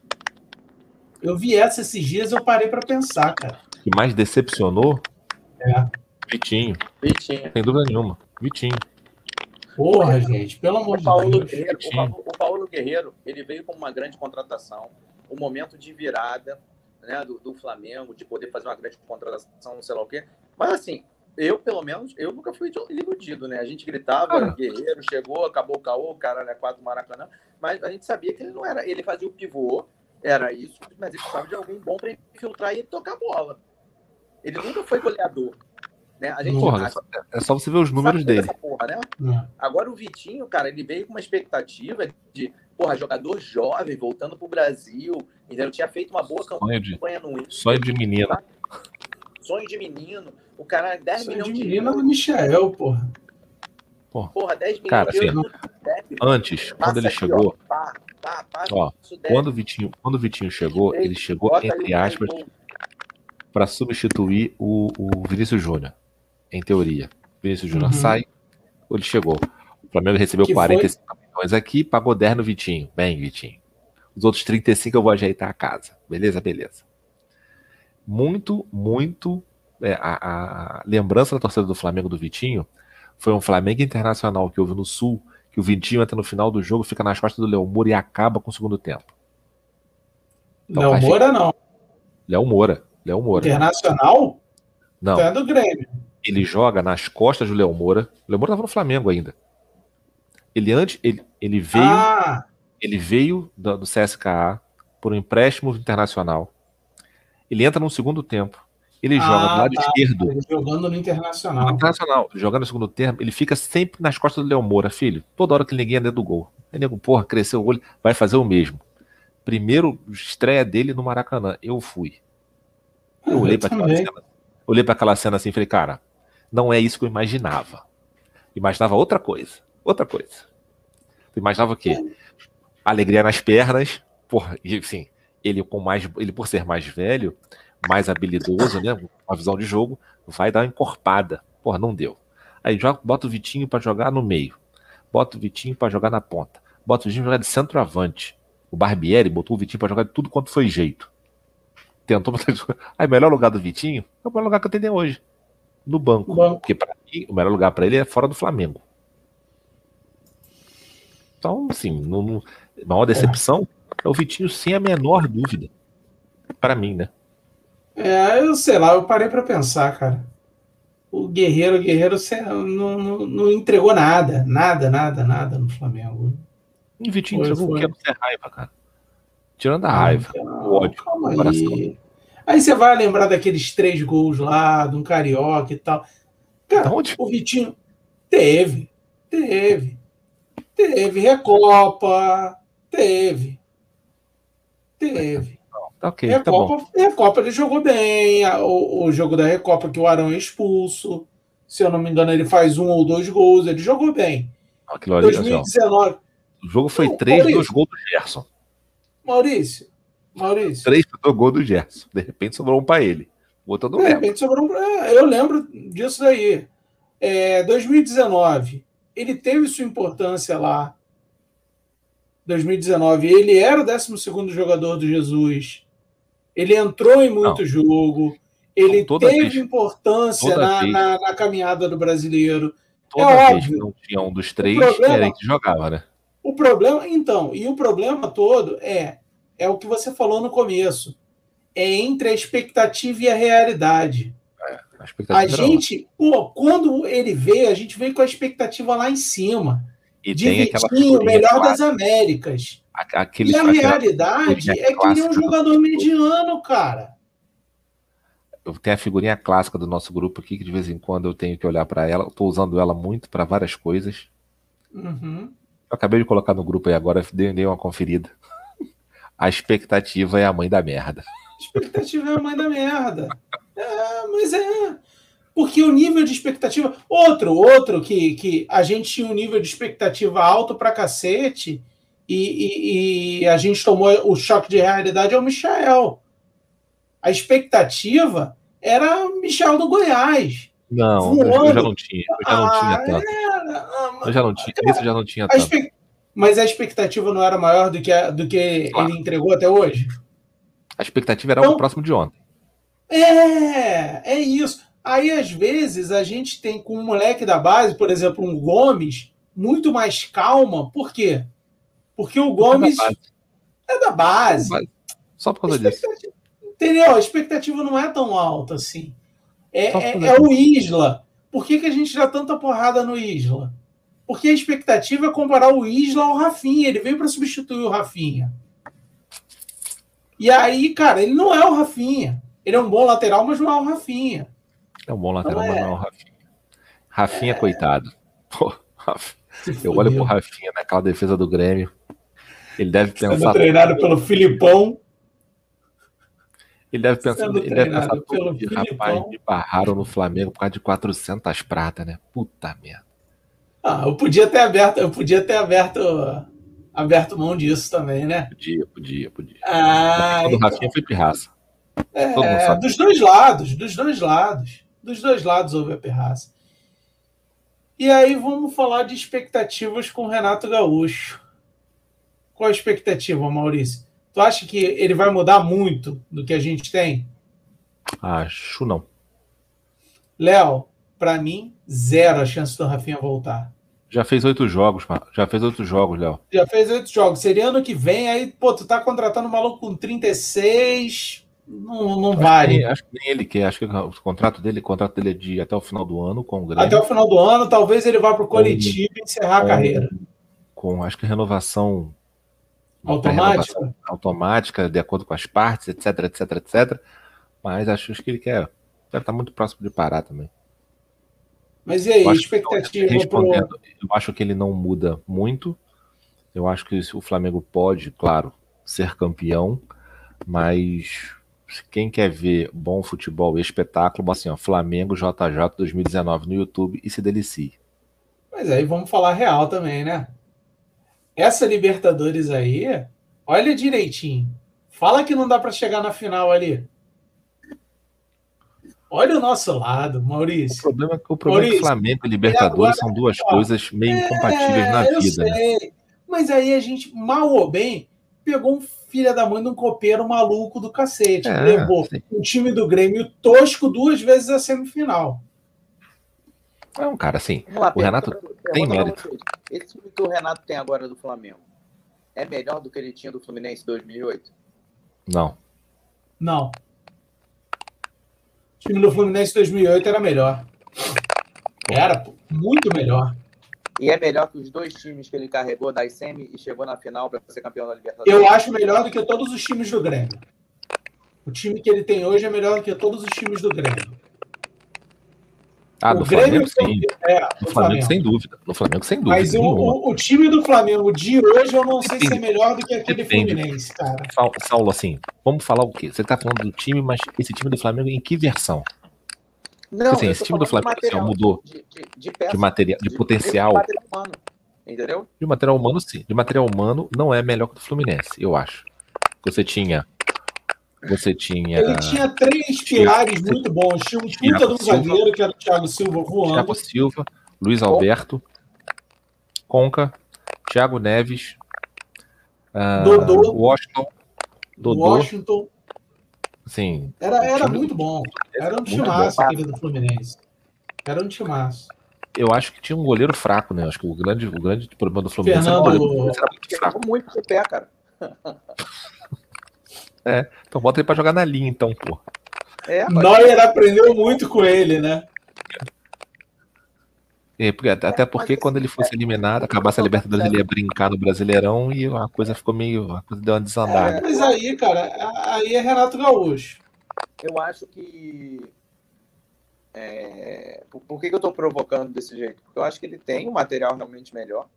Eu vi essa esses dias e eu parei pra pensar, cara. O que mais decepcionou? É. Vitinho. Vitinho. Sem dúvida nenhuma. Vitinho. Porra, gente, pelo amor de Deus. Guerreiro, o, Paulo, o Paulo Guerreiro, ele veio com uma grande contratação, um momento de virada, né, do, do Flamengo, de poder fazer uma grande contratação, não sei lá o quê. Mas assim, eu, pelo menos, eu nunca fui iludido, né? A gente gritava, ah. Guerreiro, chegou, acabou o caô, cara, né, quatro Maracanã, mas a gente sabia que ele não era, ele fazia o pivô, era isso, mas ele precisava de alguém bom para infiltrar e tocar a bola. Ele nunca foi goleador. Né? A gente porra, acha... é só você ver os números dele. Porra, né? Hum. Agora o Vitinho, cara, ele veio com uma expectativa de, porra, jogador jovem, voltando pro Brasil, entendeu? Tinha feito uma boa campanha de, no Inter. Sonho de menino. Tá? Sonho de menino. O cara, dez sonho milhões de de menino é o Michael, porra. Porra, porra dez milhões cara, de euros. Assim, antes, quando ele aqui, chegou, ó, pá, pá, pá, ó, quando o Vitinho, quando o Vitinho chegou, ele chegou, entre aspas, para substituir o, o Vinícius Júnior. Em teoria. Vinícius Júnior uhum. sai, ele chegou. O Flamengo recebeu que quarenta e cinco foi? milhões aqui, pagou dez no Vitinho. Bem, Vitinho. Os outros trinta e cinco eu vou ajeitar a casa. Beleza? Beleza. Muito, muito... É, a, a lembrança da torcida do Flamengo do Vitinho foi um Flamengo Internacional que houve no Sul, que o Vitinho entra no final do jogo, fica nas costas do Léo Moura e acaba com o segundo tempo. Então, Léo Moura, não. Léo Moura. Léo Moura. Internacional? Não. É do Grêmio. Ele joga nas costas do Léo Moura. O Léo Moura estava no Flamengo ainda. Ele antes, ele, ele veio, ah. ele veio do, do C S K A por um empréstimo internacional. Ele entra no segundo tempo. Ele ah, joga do lado tá. esquerdo. Ele jogando no Internacional. No Internacional. Jogando no segundo tempo, ele fica sempre nas costas do Léo Moura, filho. Toda hora que ninguém é dentro do gol. Aí nego, porra, cresceu o olho, vai fazer o mesmo. Primeiro estreia dele no Maracanã. Eu fui. Eu, eu olhei para aquela cena. Olhei para aquela cena assim e falei, cara, não é isso que eu imaginava. Imaginava outra coisa. Outra coisa. Eu imaginava o quê? Alegria nas pernas. Porra, e assim, ele, com mais, ele por ser mais velho, mais habilidoso, né? Uma visão de jogo, vai dar uma encorpada. Porra, não deu. Aí joga, bota o Vitinho pra jogar no meio. Bota o Vitinho pra jogar na ponta. Bota o Vitinho pra jogar de centroavante. O Barbieri botou o Vitinho pra jogar de tudo quanto foi jeito. Tentou botar... Aí o melhor lugar do Vitinho é o melhor lugar que eu tenho hoje. No banco. banco. Porque pra mim, o melhor lugar pra ele é fora do Flamengo. Então, assim, não, não... a maior decepção é. é o Vitinho sem a menor dúvida. Pra mim, né? É, eu sei lá, eu parei pra pensar, cara. O Guerreiro, o Guerreiro não, não, não entregou nada, nada, nada, nada no Flamengo. E o Vitinho foi, entregou foi. o que? Não tem raiva, cara. Tirando a não, raiva, não, o ódio, calma o coração. Aí. Aí você vai lembrar daqueles três gols lá, de um Carioca e tal. Cara, onde? O Vitinho teve, teve, teve Recopa, teve, teve. Tá ok, Recopa, tá bom. Recopa ele jogou bem, o, o jogo da Recopa que o Arão é expulso, se eu não me engano ele faz um ou dois gols, ele jogou bem. Aquilo ali, dois mil e dezenove. Assim, o jogo foi não, três, Maurício, dois gols do Gerson. Maurício, Maurício. Três do gol do Gerson. De repente sobrou um para ele. O outro eu não De lembro. repente sobrou um. É, eu lembro disso daí. É, dois mil e dezenove, ele teve sua importância lá. dois mil e dezenove, ele era o décimo segundo jogador do Jesus. Ele entrou em muito não. jogo. Ele teve vez, importância na, na, na caminhada do brasileiro. Toda é vez óbvio. Que não tinha um dos três, problema, era que jogava, né? O problema, então, e o problema todo é, é o que você falou no começo. É entre a expectativa e a realidade. É, a expectativa a gente, pô, quando ele veio, a gente veio com a expectativa lá em cima. E de tem Vitinho, o melhor clássica. Das Américas. Aquele, e a realidade é que ele é um jogador mediano, cara. Eu tenho a figurinha clássica do nosso grupo aqui, que de vez em quando eu tenho que olhar para ela. Estou usando ela muito para várias coisas. Uhum. Eu acabei de colocar no grupo aí agora, dei uma conferida. A expectativa é a mãe da merda. A expectativa é a mãe da merda. É, mas é... Porque o nível de expectativa... Outro, outro que, que a gente tinha um nível de expectativa alto pra cacete e, e, e a gente tomou o choque de realidade é o Michael. A expectativa era o Michael do Goiás. Não, voando. eu já não tinha. Eu já não ah, tinha tanto. Era, eu já não tinha, esse já não tinha tanto. Espe... Mas a expectativa não era maior do que, a, do que claro. Ele entregou até hoje? A expectativa era então, algo próximo de ontem. É, é isso. Aí, às vezes, a gente tem com um moleque da base, por exemplo, um Gomes, muito mais calma. Por quê? Porque o Gomes é da base. É da base. Só por causa disso. Entendeu? A expectativa não é tão alta assim. É, é, é o Isla. Por que, que a gente dá tanta porrada no Isla? Porque a expectativa é comparar o Isla ao Rafinha. Ele veio para substituir o Rafinha. E aí, cara, ele não é o Rafinha. Ele é um bom lateral, mas não é o Rafinha. É um bom lateral, não mas é. não é o Rafinha. Rafinha, é... coitado. Pô, Rafinha. Eu olho pro Rafinha naquela defesa do Grêmio. Ele deve pensar... Sendo treinado pelo Filipão. Ele deve pensar... Ele deve pensar todo dia, rapaz, me barraram no Flamengo por causa de quatrocentas prata, né? Puta merda. Ah, eu podia ter aberto... Eu podia ter aberto... Aberto mão disso também, né? Podia, podia, podia. Ah, o então... Rafinha foi pirraça. É, dos dois lados, dos dois lados. Dos dois lados houve a pirraça. E aí vamos falar de expectativas com o Renato Gaúcho. Qual a expectativa, Maurício? Tu acha que ele vai mudar muito do que a gente tem? Acho não. Léo, para mim, zero a chance do Rafinha voltar. Já fez oito jogos, já fez oito jogos, Léo. Já fez oito jogos. Seria ano que vem, aí, pô, tu tá contratando um maluco com trinta e seis... Não, não vale. Acho que nem ele quer. Acho que o contrato dele, o contrato dele é de até o final do ano com o Grêmio. Até o final do ano, talvez ele vá para o coletivo e encerrar com, a carreira. Com, acho que renovação automática, renovação automática, de acordo com as partes, etc, etc, etc. Mas acho que ele quer. Deve estar muito próximo de parar também. Mas e aí, eu expectativa acho, pro... Eu acho que ele não muda muito. Eu acho que o Flamengo pode, claro, ser campeão, mas quem quer ver bom futebol e espetáculo, assim, ó, Flamengo J J dois mil e dezenove no YouTube e se delicie. Mas aí vamos falar real também, né? Essa Libertadores aí, olha direitinho. Fala que não dá para chegar na final ali. Olha o nosso lado, Maurício. O problema, o problema Maurício, é que Flamengo e Libertadores agora, são duas ó, coisas meio é, incompatíveis na eu vida. Sei. Né? Mas aí a gente, mal ou bem, pegou um filho da mãe de um copeiro maluco do cacete. É, levou sim. um time do Grêmio tosco duas vezes a semifinal. É um cara assim. Lá, o Renato tem mérito. Esse time que o Renato tem agora do Flamengo é melhor do que ele tinha do Fluminense em dois mil e oito? Não. Não. O time do Fluminense em dois mil e oito era melhor. Era pô, muito melhor. E é melhor que os dois times que ele carregou da semi e chegou na final para ser campeão da Libertadores? Eu acho melhor do que todos os times do Grêmio. O time que ele tem hoje é melhor do que todos os times do Grêmio. Ah, o do Grêmio, Flamengo, sim. É, no Flamengo, Flamengo, sem dúvida. No Flamengo, sem dúvida. Mas o, o, o time do Flamengo de hoje, eu não sei Depende. se é melhor do que aquele Depende. Fluminense, cara. Saulo, assim, vamos falar o quê? Você tá falando do time, mas esse time do Flamengo em que versão? Não, assim, esse time do Flamengo assim, mudou de, de, de, peça, de material, de, de potencial. De material humano, entendeu? De material humano, sim. De material humano não é melhor que o do Fluminense, eu acho. Você tinha. Você tinha. Ele tinha três pilares tinha, muito bons. Tinha um puta do zagueiro, que era o Thiago Silva voando. Thiago Silva, Luiz Alberto, Conca, Thiago Neves, uh, Dodô, Washington. Dodô. Washington. Sim. Era, era muito bom. Era um timaço aquele do Fluminense. Era um timaço. Eu acho que tinha um goleiro fraco, né? Acho que o grande, o grande problema do Fluminense Fernando... era o goleiro era muito fraco. Muito de pé, cara. É, então bota ele pra jogar na linha, então, pô. É, Neuer aprendeu muito com ele, né? É, porque, até porque é, quando ele fosse eliminado, acabasse a Libertadores, ele ia brincar no Brasileirão e a coisa ficou meio. A coisa deu uma desandada. É, mas aí, cara, aí é Renato Gaúcho. Eu acho que. É, por, por que, que eu tô provocando desse jeito? Porque eu acho que ele tem um material realmente melhor.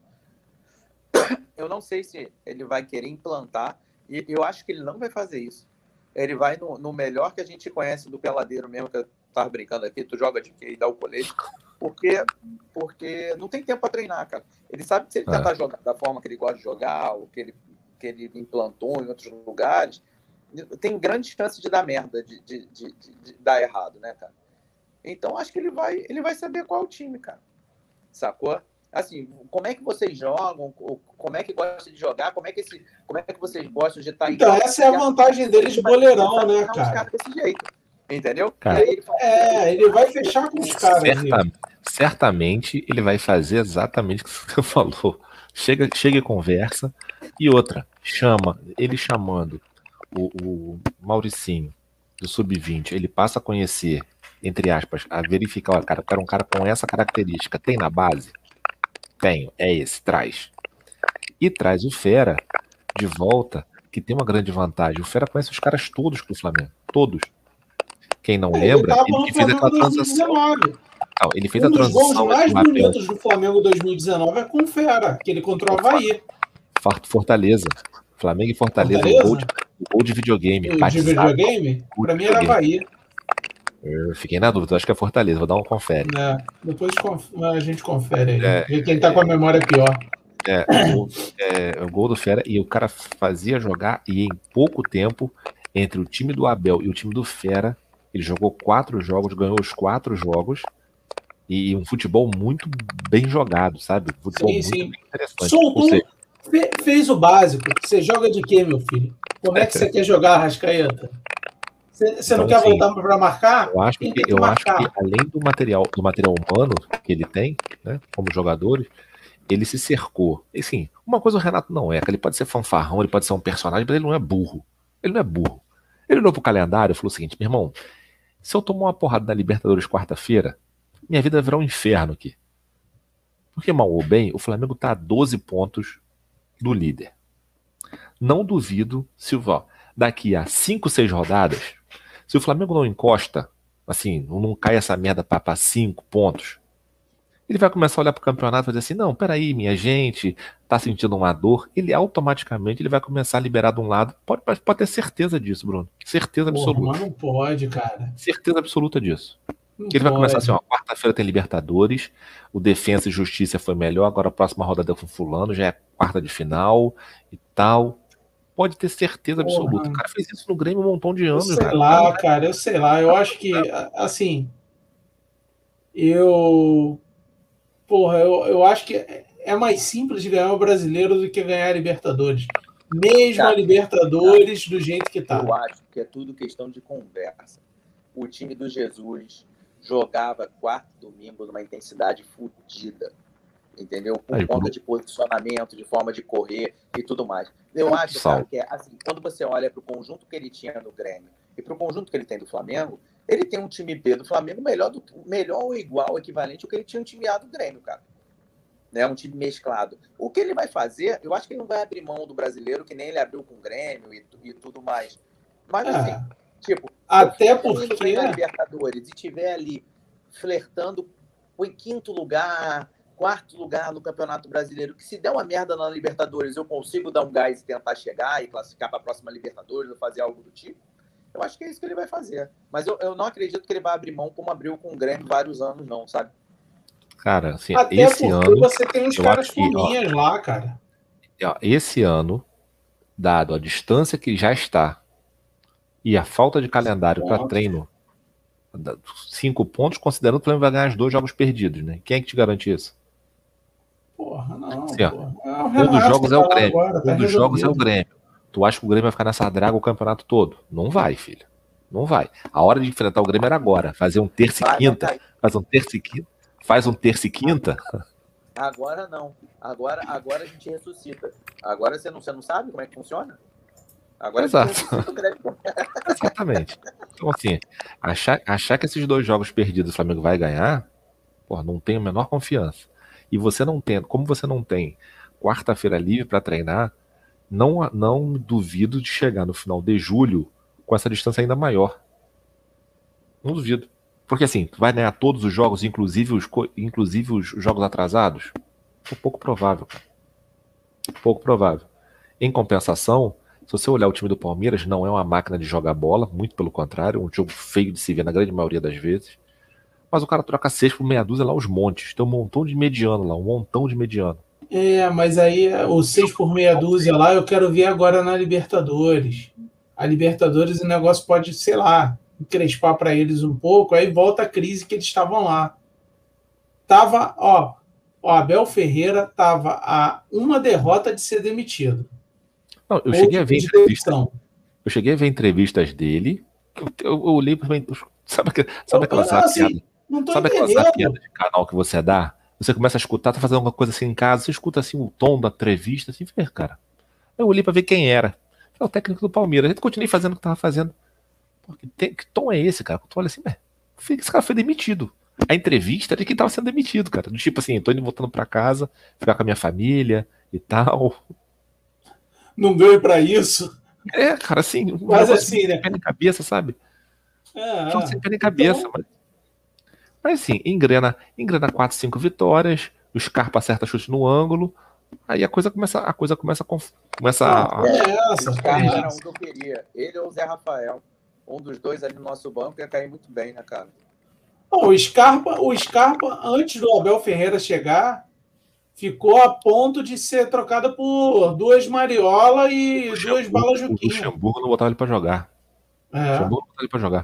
Eu não sei se ele vai querer implantar. E eu acho que ele não vai fazer isso. Ele vai no, no melhor que a gente conhece do peladeiro mesmo, que eu tava brincando aqui, tu joga de quê e dá o colete, porque, porque não tem tempo para treinar, cara. Ele sabe que se ele é. tentar jogar da forma que ele gosta de jogar, ou que ele, que ele implantou em outros lugares, tem grande chance de dar merda, de, de, de, de, de dar errado, né, cara? Então, acho que ele vai, ele vai saber qual é o time, cara. Sacou? Assim, como é que vocês jogam, como é que gosta de jogar, como é que, esse, como é que vocês gostam de estar... Então, essa é a vantagem dele de goleirão, né, cara? Desse jeito, entendeu? Cara, ele fala, é, ele vai fechar com os caras. Certa, certamente, ele vai fazer exatamente o que você falou. Chega, chega e conversa. E outra, chama, ele chamando o, o Mauricinho, do sub vinte, ele passa a conhecer, entre aspas, a verificar, ó, cara, eu quero um cara com essa característica, tem na base? Tenho, é esse, traz. E traz o Fera de volta, que tem uma grande vantagem. O Fera conhece os caras todos do Flamengo. Todos. Quem não é, lembra, ele, ele que fez aquela transação. Não, ele fez um a transação. Um dos gols mais bonitos do Flamengo dois mil e dezenove é com o Fera, que ele contra o Havaí. Fortaleza. Flamengo e Fortaleza. Fortaleza? O gol de, o gol de videogame. O de videogame? Pra mim era Havaí. Eu fiquei na dúvida, acho que é Fortaleza, vou dar um confere. É, depois a gente confere aí, é, ver quem tá com a memória pior. É o, é, o gol do Fera, e o cara fazia jogar, e em pouco tempo, entre o time do Abel e o time do Fera, ele jogou quatro jogos, ganhou os quatro jogos, e um futebol muito bem jogado, sabe? Futebol sim, muito sim. Bem interessante. Soltou, seja, fe, fez o básico. Você joga de quê, meu filho? Como é que você quer jogar, Arrascaeta? Você não então, quer assim, voltar para marcar? Eu acho que, que eu acho que além do material, do material humano que ele tem, né, como jogadores, ele se cercou. E, assim, uma coisa o Renato não é, que ele pode ser fanfarrão, ele pode ser um personagem, mas ele não é burro. Ele não é burro. Ele olhou pro calendário e falou o seguinte: meu irmão, se eu tomar uma porrada na Libertadores quarta-feira, minha vida vai virar um inferno aqui. Porque, mal ou bem, o Flamengo tá a doze pontos do líder. Não duvido se ó, daqui a cinco, seis rodadas, se o Flamengo não encosta, assim, não cai essa merda para cinco pontos, ele vai começar a olhar pro campeonato e fazer assim: não, peraí, minha gente, tá sentindo uma dor. Ele automaticamente ele vai começar a liberar de um lado. Pode, pode ter certeza disso, Bruno. Certeza Porra, absoluta. mas não pode, cara. Certeza absoluta disso. Não ele vai pode. começar assim: ó, quarta-feira tem Libertadores, o Defensa e Justiça foi melhor, agora a próxima rodada com fulano, já é quarta de final e tal. pode ter certeza Porra. absoluta. O cara fez isso no Grêmio um montão de anos. Eu sei cara. lá, cara, eu sei lá. Eu acho que, assim, eu... Porra, eu, eu acho que é mais simples de ganhar o Brasileiro do que ganhar a Libertadores. Mesmo Cara, a Libertadores do jeito que tá. Eu acho que é tudo questão de conversa. O time do Jesus jogava quarto domingo numa intensidade fodida, entendeu? Por Aí, conta por- de posicionamento, de forma de correr e tudo mais. Eu acho, Sal. cara, que é assim, quando você olha para o conjunto que ele tinha no Grêmio e para o conjunto que ele tem do Flamengo, ele tem um time B do Flamengo melhor, do, melhor ou igual, equivalente ao que ele tinha um time A do Grêmio, cara. Né, um time mesclado. O que ele vai fazer, eu acho que ele não vai abrir mão do brasileiro, que nem ele abriu com o Grêmio e, e tudo mais. Mas, É. assim, tipo, Até se o Flamengo porque- ganhar a Libertadores e estiver ali flertando em quinto lugar, quarto lugar no Campeonato Brasileiro, que se der uma merda na Libertadores, eu consigo dar um gás e tentar chegar e classificar para a próxima Libertadores ou fazer algo do tipo, eu acho que é isso que ele vai fazer. Mas eu, eu não acredito que ele vai abrir mão como abriu com o Grêmio vários anos, não, sabe? Cara, assim, Até esse porque ano, você tem uns eu caras acho que, ó, fominhas lá, cara. ó, esse ano, dado a distância que já está e a falta de calendário para Pontos. treino, dá cinco pontos, considerando que o Flamengo vai ganhar os dois jogos perdidos, né? Quem é que te garante isso? Porra, não, Assim, ó, porra. É o Um dos Renato jogos que é tá o lá Grêmio. agora, tá Um dos jogos é o resolvido. Grêmio. Tu acha que o Grêmio vai ficar nessa draga o campeonato todo? Não vai, filho. Não vai. A hora de enfrentar o Grêmio era agora. Fazer um terça e Vai, vai quinta. cair. Faz um terça e quinta. Faz um terça e quinta. Agora não. Agora, agora a gente ressuscita. Agora você não, você não sabe como é que funciona? Agora Exato. a gente ressuscita o Grêmio. Exatamente. Então, assim, achar, achar que esses dois jogos perdidos o Flamengo vai ganhar, porra, não tenho a menor confiança. E você não tem, como você não tem quarta-feira livre para treinar, não, não duvido de chegar no final de julho com essa distância ainda maior. Não duvido. Porque assim, tu vai ganhar todos os jogos, inclusive os, co- inclusive os jogos atrasados? É pouco provável, cara. Pouco provável. Em compensação, se você olhar o time do Palmeiras, não é uma máquina de jogar bola, muito pelo contrário, um jogo feio de se ver na grande maioria das vezes. Mas o cara troca seis por meia dúzia lá os montes. Tem um montão de mediano lá, um montão de mediano. É, mas aí o seis por meia dúzia lá eu quero ver agora na Libertadores. A Libertadores o negócio pode, sei lá, encrespar para eles um pouco, aí volta a crise que eles estavam lá. Tava, ó, ó, Abel Ferreira tava a uma derrota de ser demitido. Não, eu Ou cheguei a ver de entrevistas. demissão. Eu cheguei a ver entrevistas dele. Eu, eu, eu olhei pra mim. Sabe, aquela- sabe aquela Eu, assim, zapiada? não tô Sabe aquela entendendo. zapiada de canal que você dá? Você começa a escutar, tá fazendo alguma coisa assim em casa, você escuta assim o tom da entrevista, assim, vê, cara. Eu olhei pra ver quem era. É o técnico do Palmeiras. Eu continuei fazendo o que tava fazendo. Pô, que, tem- que tom é esse, cara? Tu olha assim, "Ué, esse cara foi demitido. A entrevista era de quem tava sendo demitido, cara. Do tipo assim, tô indo voltando pra casa, ficar com a minha família e tal. Não ganho para isso. É, cara, assim, um Mas negócio assim, né? sem pé nem cabeça, sabe? É, Jogo sem pé nem cabeça, então, mas... mas assim, engrena, engrena quatro, cinco vitórias, o Scarpa acerta chute no ângulo, aí a coisa começa, a coisa começa a, conf- começa a, é a- essa, Os caras é eram um essa. que eu queria. Ele ou o Zé Rafael. Um dos dois ali no nosso banco ia cair muito bem, né, cara? Não, o Scarpa, o Scarpa, antes do Abel Ferreira chegar, ficou a ponto de ser trocada por duas Mariola e duas balas o Juquinha. Luxemburgo não botava ele pra jogar. O É. Luxemburgo não botava ele pra jogar.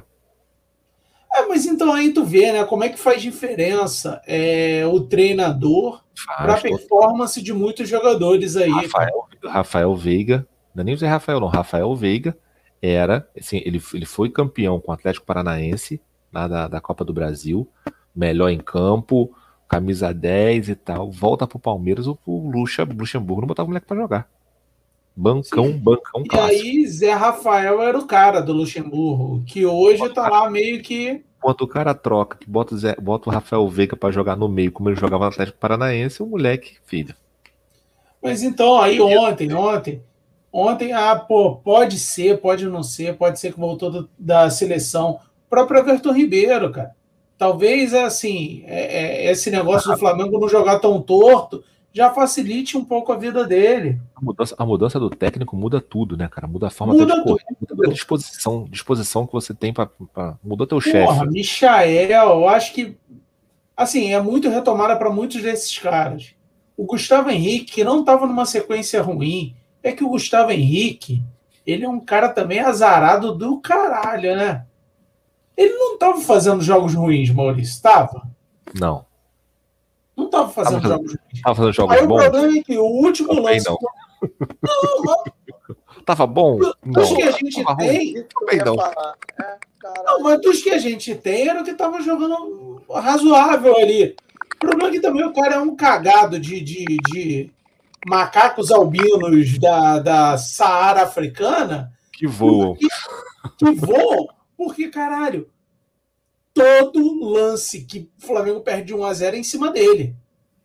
É, mas então aí tu vê, né, como é que faz diferença é, o treinador para a Faz, todo- performance de muitos jogadores aí. cara. Rafael, Rafael Veiga, não é nem o Zé Rafael, não. Rafael Veiga era, assim, ele, ele foi campeão com o Atlético Paranaense, lá da, da Copa do Brasil, melhor em campo, camisa dez e tal. Volta pro Palmeiras, o, o Luxa, Luxemburgo não botava o moleque pra jogar. Bancão, Sim. bancão E clássico. aí Zé Rafael era o cara do Luxemburgo, que hoje tá lá meio que... Quando o cara troca, que bota o, Zé, bota o Rafael Veiga pra jogar no meio, como ele jogava no Atlético Paranaense, o moleque, filho. Mas então, aí ontem, ontem, ontem, ah, pô, pode ser, pode não ser, pode ser que voltou do- da seleção. O próprio Everton Ribeiro, cara. Talvez, assim, é- é- esse negócio do Flamengo não jogar tão torto já facilite um pouco a vida dele. A mudança, a mudança do técnico muda tudo, né, cara? Muda a forma até Muda de correr, muda tudo. a disposição, disposição que você tem pra. pra... Mudou teu chefe. Porra, Michael, eu acho que, assim, é muito retomada para muitos desses caras. O Gustavo Henrique, que não estava numa sequência ruim, é que o Gustavo Henrique, ele é um cara também azarado do caralho, né? Ele não estava fazendo jogos ruins, Maurício, estava? Não. Não estava fazendo tava, jogos ruins. Tava fazendo jogos Aí bons? o problema é que o último Também lance... não. Não, mas... Tava bom? Não. Dos que a gente Tava tem... Também não. É, não, mas dos que a gente tem era o que estava jogando razoável ali. O problema é que também o cara é um cagado de, de, de macacos albinos da, da Saara africana que voam. Que, que voam, porque, caralho, todo lance que o Flamengo perde de um a zero é em cima dele.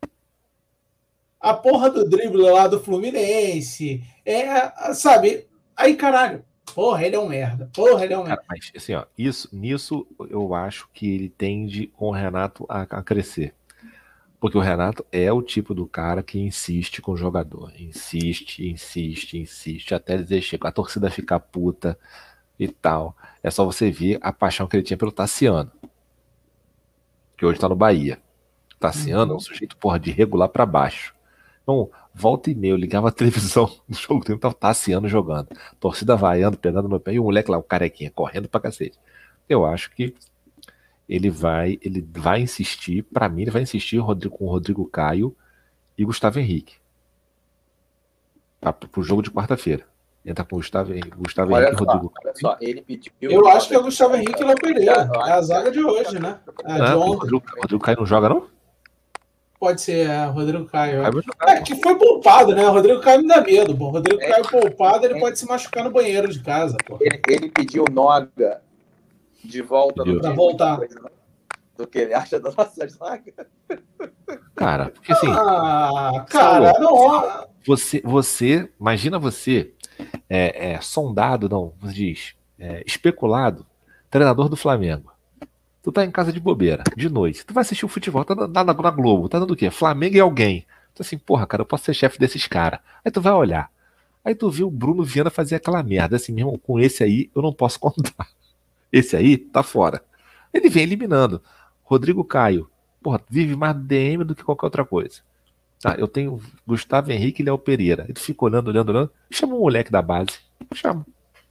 A porra do drible lá do Fluminense, é, sabe? Aí, caralho, porra, ele é um merda. Porra, ele é um merda. Cara, mas, assim, ó, isso, nisso eu acho que ele tende com o Renato a, a crescer. Porque o Renato é o tipo do cara que insiste com o jogador. Insiste, insiste, insiste, até dizer chega. A torcida ficar puta e tal. É só você ver a paixão que ele tinha pelo Tassiano. Que hoje tá no Bahia. O Tassiano uhum. é um sujeito, porra, de regular pra baixo. Então, volta e meia, eu ligava a televisão no jogo dele, tava Tassiano jogando. Torcida vaiando, pegando no pé. E o moleque lá, o carequinha, correndo pra cacete. Eu acho que ele vai, ele vai insistir, pra mim, ele vai insistir Rodrigo, com o Rodrigo Caio e Gustavo Henrique. Pra, pro jogo de quarta-feira. Entra com o Gustavo, Gustavo olha Henrique só, e Rodrigo Caio. Só, ele pediu, eu acho que é o Gustavo Henrique e Léo Pereira. É a zaga de hoje, né? A de não, ontem. O Rodrigo, Rodrigo Caio não joga, não? Pode ser, é, Rodrigo Caio. Caio jogar, é, que foi poupado, né? O Rodrigo Caio me dá medo. Pô. O Rodrigo é, Caio poupado, ele é, pode se machucar no banheiro de casa. Pô. Ele, ele pediu Noga de volta no pra voltar. Do que ele acha da nossa zaga. Cara, porque assim. Ah, cara, não. Você, você, imagina você, é, é, sondado, não, você diz, é, especulado, treinador do Flamengo. Tu tá em casa de bobeira, de noite. Tu vai assistir o futebol, tá na, na, na Globo, tá dando o quê? Flamengo e alguém. Tu assim, porra, cara, eu posso ser chefe desses caras. Aí tu vai olhar. Aí tu vê o Bruno Viana fazer aquela merda. Assim, mesmo, com esse aí eu não posso contar. Esse aí tá fora. Ele vem eliminando. Rodrigo Caio, porra, vive mais do D M do que qualquer outra coisa. Tá, eu tenho Gustavo Henrique e Léo Pereira. Ele fica olhando, olhando, olhando. Chama um moleque da base. Chama.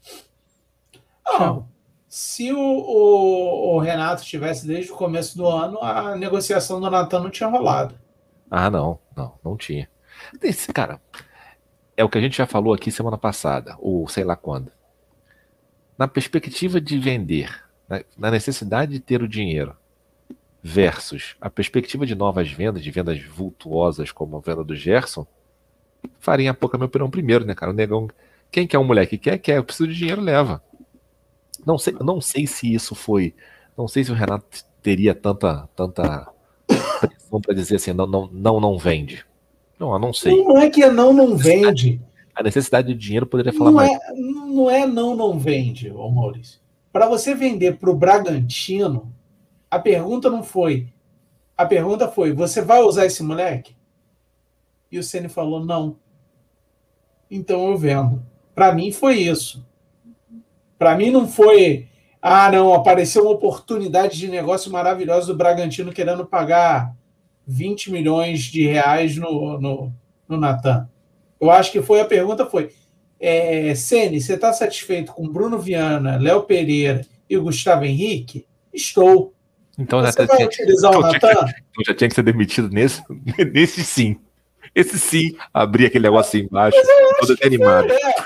Não. Se o, o, o Renato tivesse desde o começo do ano, a negociação do Natan não tinha rolado. Ah, não. Não, não tinha. Esse, cara, é o que a gente já falou aqui semana passada, ou sei lá quando. Na perspectiva de vender, na, na necessidade de ter o dinheiro, versus a perspectiva de novas vendas, de vendas vultuosas como a venda do Gerson, farinha pouca, meu opinião, primeiro, né, cara? O negão, quem quer um moleque quer, quer, eu preciso de dinheiro, leva. Não sei, não sei se isso foi, não sei se o Renato teria tanta, tanta pressão para dizer assim, não, não, não, não vende. Não, eu não sei. Não é que é não, não vende. A necessidade de dinheiro poderia falar não mais. É, não é não, não vende, ô Maurício. Para você vender para o Bragantino, a pergunta não foi. A pergunta foi: você vai usar esse moleque? E o Ceni falou: não. Então eu vendo. Para mim foi isso. Para mim não foi. Ah, não, apareceu uma oportunidade de negócio maravilhosa do Bragantino querendo pagar vinte milhões de reais no, no, no Natan. Eu acho que foi a pergunta foi: é, Ceni, você está satisfeito com Bruno Viana, Léo Pereira e o Gustavo Henrique? Estou. Então você já vai tinha, utilizar o Natan? Então já tinha que ser demitido nesse, nesse sim. Esse sim, abrir aquele negócio assim embaixo, todo animado. Foi, é.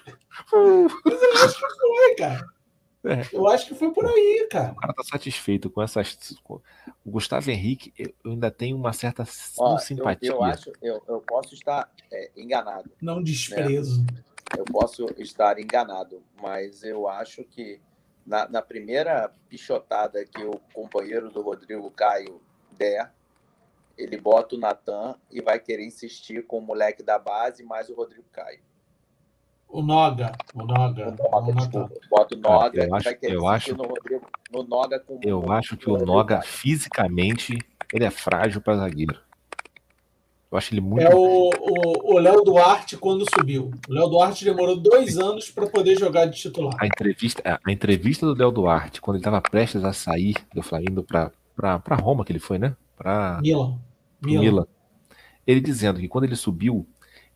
Mas eu acho que foi, cara. É. Eu acho que foi por aí, cara. O cara tá satisfeito com essas. O Gustavo Henrique, eu ainda tenho uma certa Ó, simpatia. Eu, eu acho, eu, eu posso estar é, enganado. Não desprezo. Né? Eu posso estar enganado, mas eu acho que na, na primeira pichotada que o companheiro do Rodrigo Caio der, ele bota o Natan e vai querer insistir com o moleque da base mais o Rodrigo Caio. O Noga. O Noga. O Noga, desculpa. Bota o Noga Cara, eu e acho, vai querer eu insistir acho, no, Rodrigo, no Noga com Eu o, acho que o Noga, fisicamente, ele é frágil para zagueiro. Eu acho ele muito... É o Léo Duarte quando subiu. O Léo Duarte demorou dois anos para poder jogar de titular. A entrevista, a entrevista do Léo Duarte, quando ele estava prestes a sair do Flamengo para Roma, que ele foi, né? Para Milan. Milan. Milan. Ele dizendo que quando ele subiu,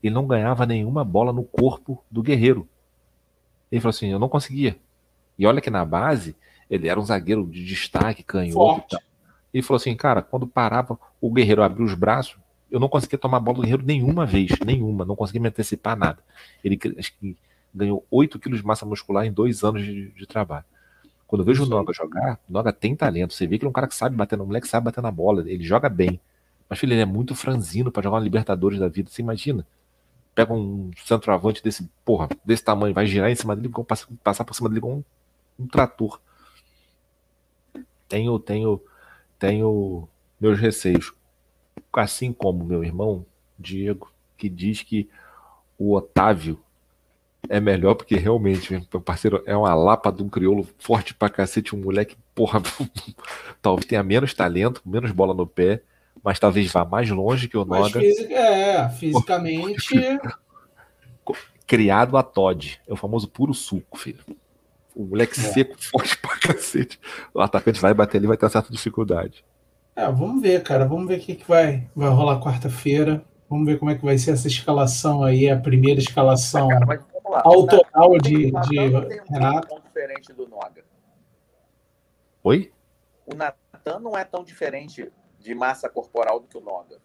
ele não ganhava nenhuma bola no corpo do Guerreiro. Ele falou assim, eu não conseguia. E olha que na base, ele era um zagueiro de destaque, canhoto e tal. Ele falou assim, cara, quando parava o Guerreiro abrir os braços, eu não conseguia tomar bola do Guerreiro nenhuma vez, nenhuma, não conseguia me antecipar nada. Ele acho que ganhou oito quilos de massa muscular em dois anos de, de trabalho. Quando eu vejo o Noga jogar, o Noga tem talento. Você vê que ele é um cara que sabe bater no moleque, sabe bater na bola, ele joga bem. Mas, filho, ele é muito franzino pra jogar uma Libertadores da vida. Você imagina? Pega um centroavante desse, porra, desse tamanho, vai girar em cima dele, passar, passar por cima dele com um, um trator. Tenho, tenho, tenho meus receios. Assim como meu irmão, Diego, que diz que o Otávio é melhor porque realmente, meu parceiro, é uma lapa de um crioulo forte pra cacete, um moleque, porra, talvez tenha menos talento, menos bola no pé, mas talvez vá mais longe que o Noga. Mas fisi- é, fisicamente... Criado a Todd, é o famoso puro suco, filho. O moleque é. seco, forte pra cacete. O atacante vai bater ali, vai ter certa dificuldade. É, vamos ver, cara, vamos ver o que, que vai, vai rolar quarta-feira. Vamos ver como é que vai ser essa escalação aí, a primeira escalação Cara, mas vamos lá. autoral de, de tem um Renato. tão diferente do Noga. Oi? O Natan não é tão diferente de massa corporal do que o Noga.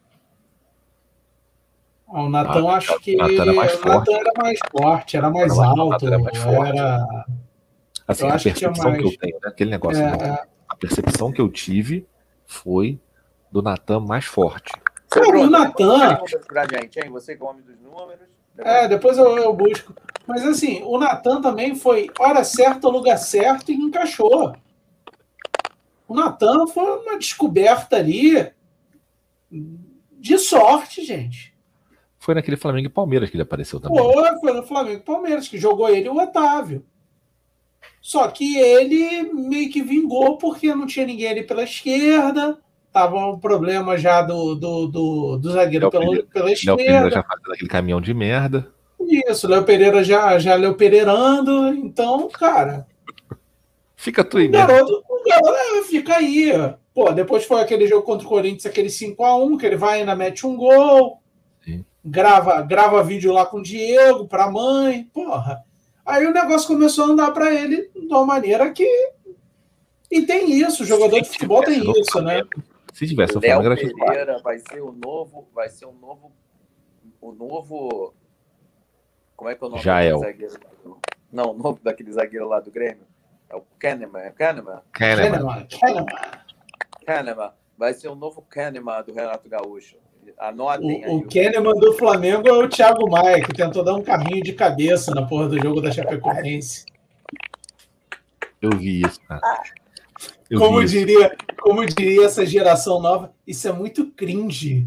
Ah, o Natan, Ah, acho que o Natan era mais o Natan forte. era mais forte, era mais Era mais- alto, era mais forte. era... Assim, Eu a acho que tinha percepção que, mais. eu tenho, né? Aquele negócio, É, né? A percepção que eu tive foi do Natan mais forte. Cara, Bruno, o Natan... Você pra gente, hein? Você que é o homem dos números. É, depois eu, eu busco. Mas assim, o Natan também foi hora certa, lugar certo e encaixou. O Natan foi uma descoberta ali de sorte, gente. Foi naquele Flamengo e Palmeiras que ele apareceu também. Foi, foi no Flamengo e Palmeiras, que jogou ele e o Otávio. Só que ele meio que vingou porque não tinha ninguém ali pela esquerda. Tava um problema já do, do, do, do zagueiro pela, Pereira, pela Léo esquerda. Pereira já fazendo aquele caminhão de merda. Isso, Léo Pereira já, já Léo Pereirando. Então, cara... Fica tu O aí, garoto, o garoto é, fica aí. Pô, depois foi aquele jogo contra o Corinthians, aquele cinco a um, que ele vai e ainda mete um gol. Sim. Grava, grava vídeo lá com o Diego, pra mãe. Porra. Aí o negócio começou a andar pra ele de uma maneira que... E tem isso, o jogador de futebol tem isso, né? Se tivesse o Léo Flamengo, era Pereira vai ser o novo, vai ser o novo, o novo, como é que é o nome Jael. daquele zagueiro? Não, o novo daquele zagueiro lá do Grêmio. É o Kahneman, é Kahneman? Kahneman. Kahneman. Kahneman. Vai ser o novo Kahneman do Renato Gaúcho. Anotem aí. O, o Kahneman do Flamengo é o Thiago Maia, que tentou dar um carrinho de cabeça na porra do jogo da Chapecoense. Eu vi isso, cara. Eu Como vi isso. diria, como diria essa geração nova, isso é muito cringe.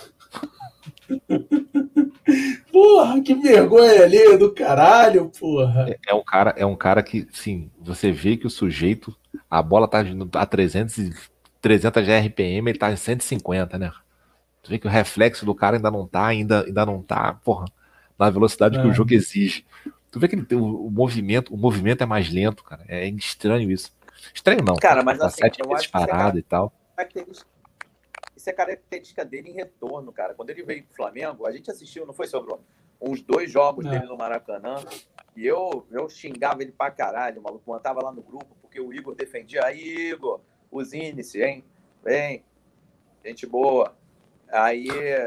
Porra, que vergonha ali do caralho, porra. É, é um cara, é um cara que, sim, você vê que o sujeito, a bola tá indo a trezentos, trezentos R P M, ele tá em cento e cinquenta, né? Tu vê que o reflexo do cara ainda não tá, ainda, ainda não tá, porra, na velocidade É. que o jogo exige. Tu vê que ele tem o, o movimento, o movimento é mais lento, cara. É estranho isso. Estranho não. Cara, mas tá assim, sete eu vezes acho que parado e tal. Isso é característica dele em retorno, cara. Quando ele veio pro Flamengo, a gente assistiu, não foi, seu Bruno? Uns dois jogos É. dele no Maracanã. E eu, eu xingava ele pra caralho, o maluco. Mandava lá no grupo, porque o Igor defendia. Aí, Igor, usine-se, hein? Vem, gente boa. Aí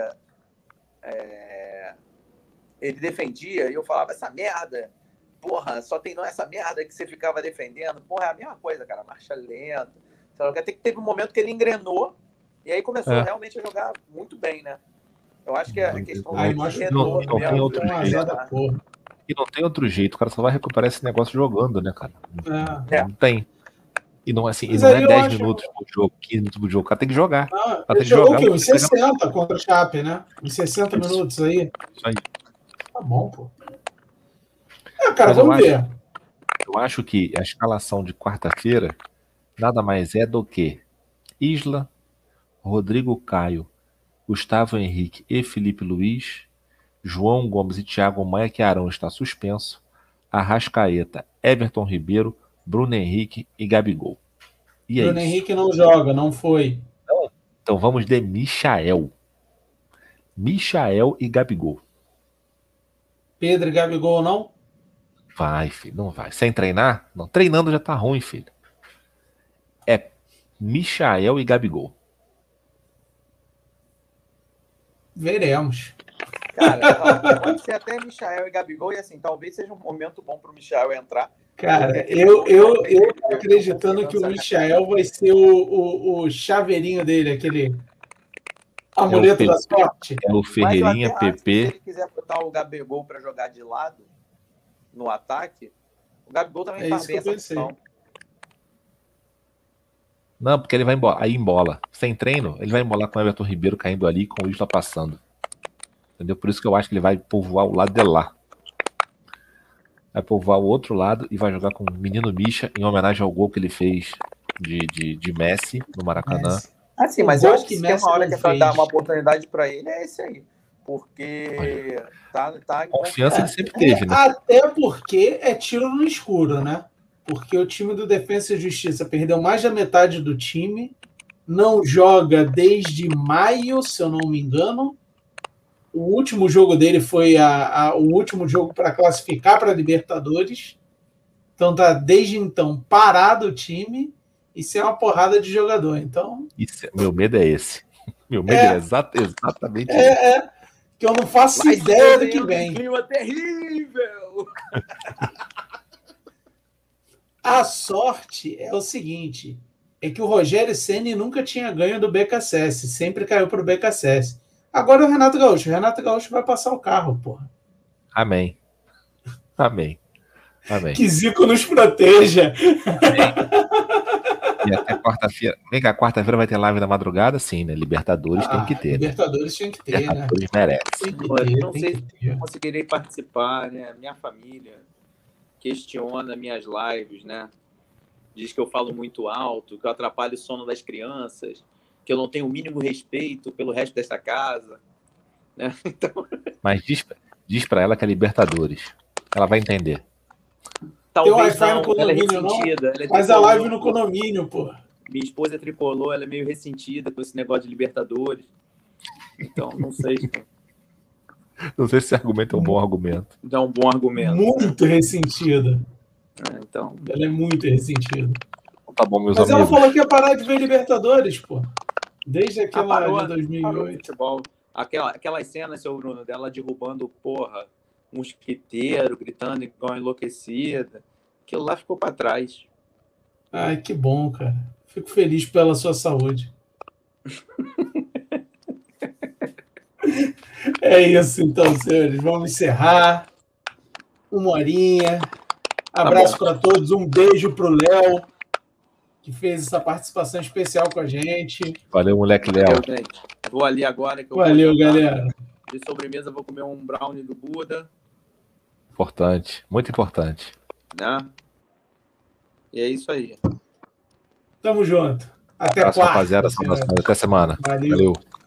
é, ele defendia e eu falava, essa merda, porra, só tem não essa merda que você ficava defendendo. Porra, é a mesma coisa, cara, marcha lenta. Até que teve um momento que ele engrenou e aí começou É. realmente a jogar muito bem, né? Eu acho que é a questão Ai, do macho, retorno não, não tem mesmo, outro né? jeito. da porra. E não tem outro jeito, o cara só vai recuperar esse negócio jogando, né, cara? É. É. Não tem. E não, assim, e Mas não aí é eu dez acho- minutos por jogo, quinze minutos por jogo. O cara tem que jogar. Ah, tem ele que jogou jogar, o quê? Uns tem que sessenta contra o Chape, né? Uns sessenta Isso. minutos aí. Isso aí. Tá bom, pô. É, cara, Mas eu vamos acho- ver. Eu acho que a escalação de quarta-feira nada mais é do que Isla, Rodrigo Caio, Gustavo Henrique e Felipe Luiz, João Gomes e Thiago Maia, que Arão está suspenso, Arrascaeta, Everton Ribeiro, Bruno Henrique e Gabigol. E é Bruno isso. Henrique não joga, não foi. Então vamos de Michael. Michael e Gabigol. Pedro e Gabigol, não? Vai, filho, não vai. Sem treinar? Não. Treinando já tá ruim, filho. É Michael e Gabigol. Veremos. Cara, pode ser até Michael e Gabigol, e assim, talvez seja um momento bom pro Michael entrar. Cara, eu, eu, eu tô acreditando que o Michael vai ser o, o, o chaveirinho dele, aquele amuleto é da sorte. É o Ferreirinha, P P. Se ele quiser botar o Gabigol para jogar de lado, no ataque, o Gabigol também é faz bem essa opção. Não, porque ele vai embolar, aí embola. Sem treino, ele vai embolar com o Everton Ribeiro caindo ali, com o Isla passando. Entendeu? Por isso que eu acho que ele vai povoar o lado de lá. Vai povoar o outro lado e vai jogar com o menino Misha em homenagem ao gol que ele fez de, de, de Messi no Maracanã. Messi. Ah, sim, mas eu acho que se tem uma hora que é pra dar uma oportunidade para ele, é esse aí. Porque tá, tá confiança ele sempre teve, né? Até porque é tiro no escuro, né? Porque o time do Defensa e Justiça perdeu mais da metade do time, não joga desde maio, se eu não me engano. O último jogo dele foi a, a, o último jogo para classificar para a Libertadores. Então tá desde então parado o time e sem uma porrada de jogador. Então, Isso, meu medo é esse. Meu medo é, é exat, exatamente é, esse. É, que eu não faço Mas ideia do que vem. Um clima terrível. A sorte é o seguinte, é que o Rogério Ceni nunca tinha ganho do B K S S, sempre caiu para o B K S S. Agora é o Renato Gaúcho. O Renato Gaúcho vai passar o carro, porra. Amém. Amém. Amém. Que Zico nos proteja. Amém. E até quarta-feira. Vem cá, quarta-feira vai ter live da madrugada? Sim, né? Libertadores ah, tem que ter. Libertadores né? tem que ter, Libertadores né? merece. Tem que ter, não sei se eu conseguirei participar, né? Minha família questiona minhas lives, né? Diz que eu falo muito alto, que eu atrapalho o sono das crianças, que eu não tenho o mínimo respeito pelo resto dessa casa, né? Então... Mas diz, diz pra ela que é Libertadores. Ela vai entender. Tem Wi-Fi no condomínio, não? É Faz a live no condomínio, pô. Minha esposa é tricolor, ela é meio ressentida com esse negócio de Libertadores. Então, não sei. Não sei se esse argumento é um bom argumento. É um bom argumento. Muito ressentida. É, então... Ela é muito ressentida. Tá bom, meus Mas amigos. ela falou que ia parar de ver Libertadores, pô. Desde aquela ah, parou, de dois mil e oito. Aquela, aquelas cenas, seu Bruno, dela derrubando, porra, um mosquiteiro, gritando igual enlouquecida. Aquilo lá ficou para trás. Ai, que bom, cara. Fico feliz pela sua saúde. É isso, então, senhores. Vamos encerrar. Uma horinha. Abraço tá para todos. Um beijo para o Léo, que fez essa participação especial com a gente. Valeu, moleque Léo. Vou ali agora. Que eu Valeu, vou galera. De sobremesa, vou comer um brownie do Buda. Importante. Muito importante. Né? E é isso aí. Tamo junto. Até Abraço, quarta. rapaziada. Até semana. Valeu. Valeu.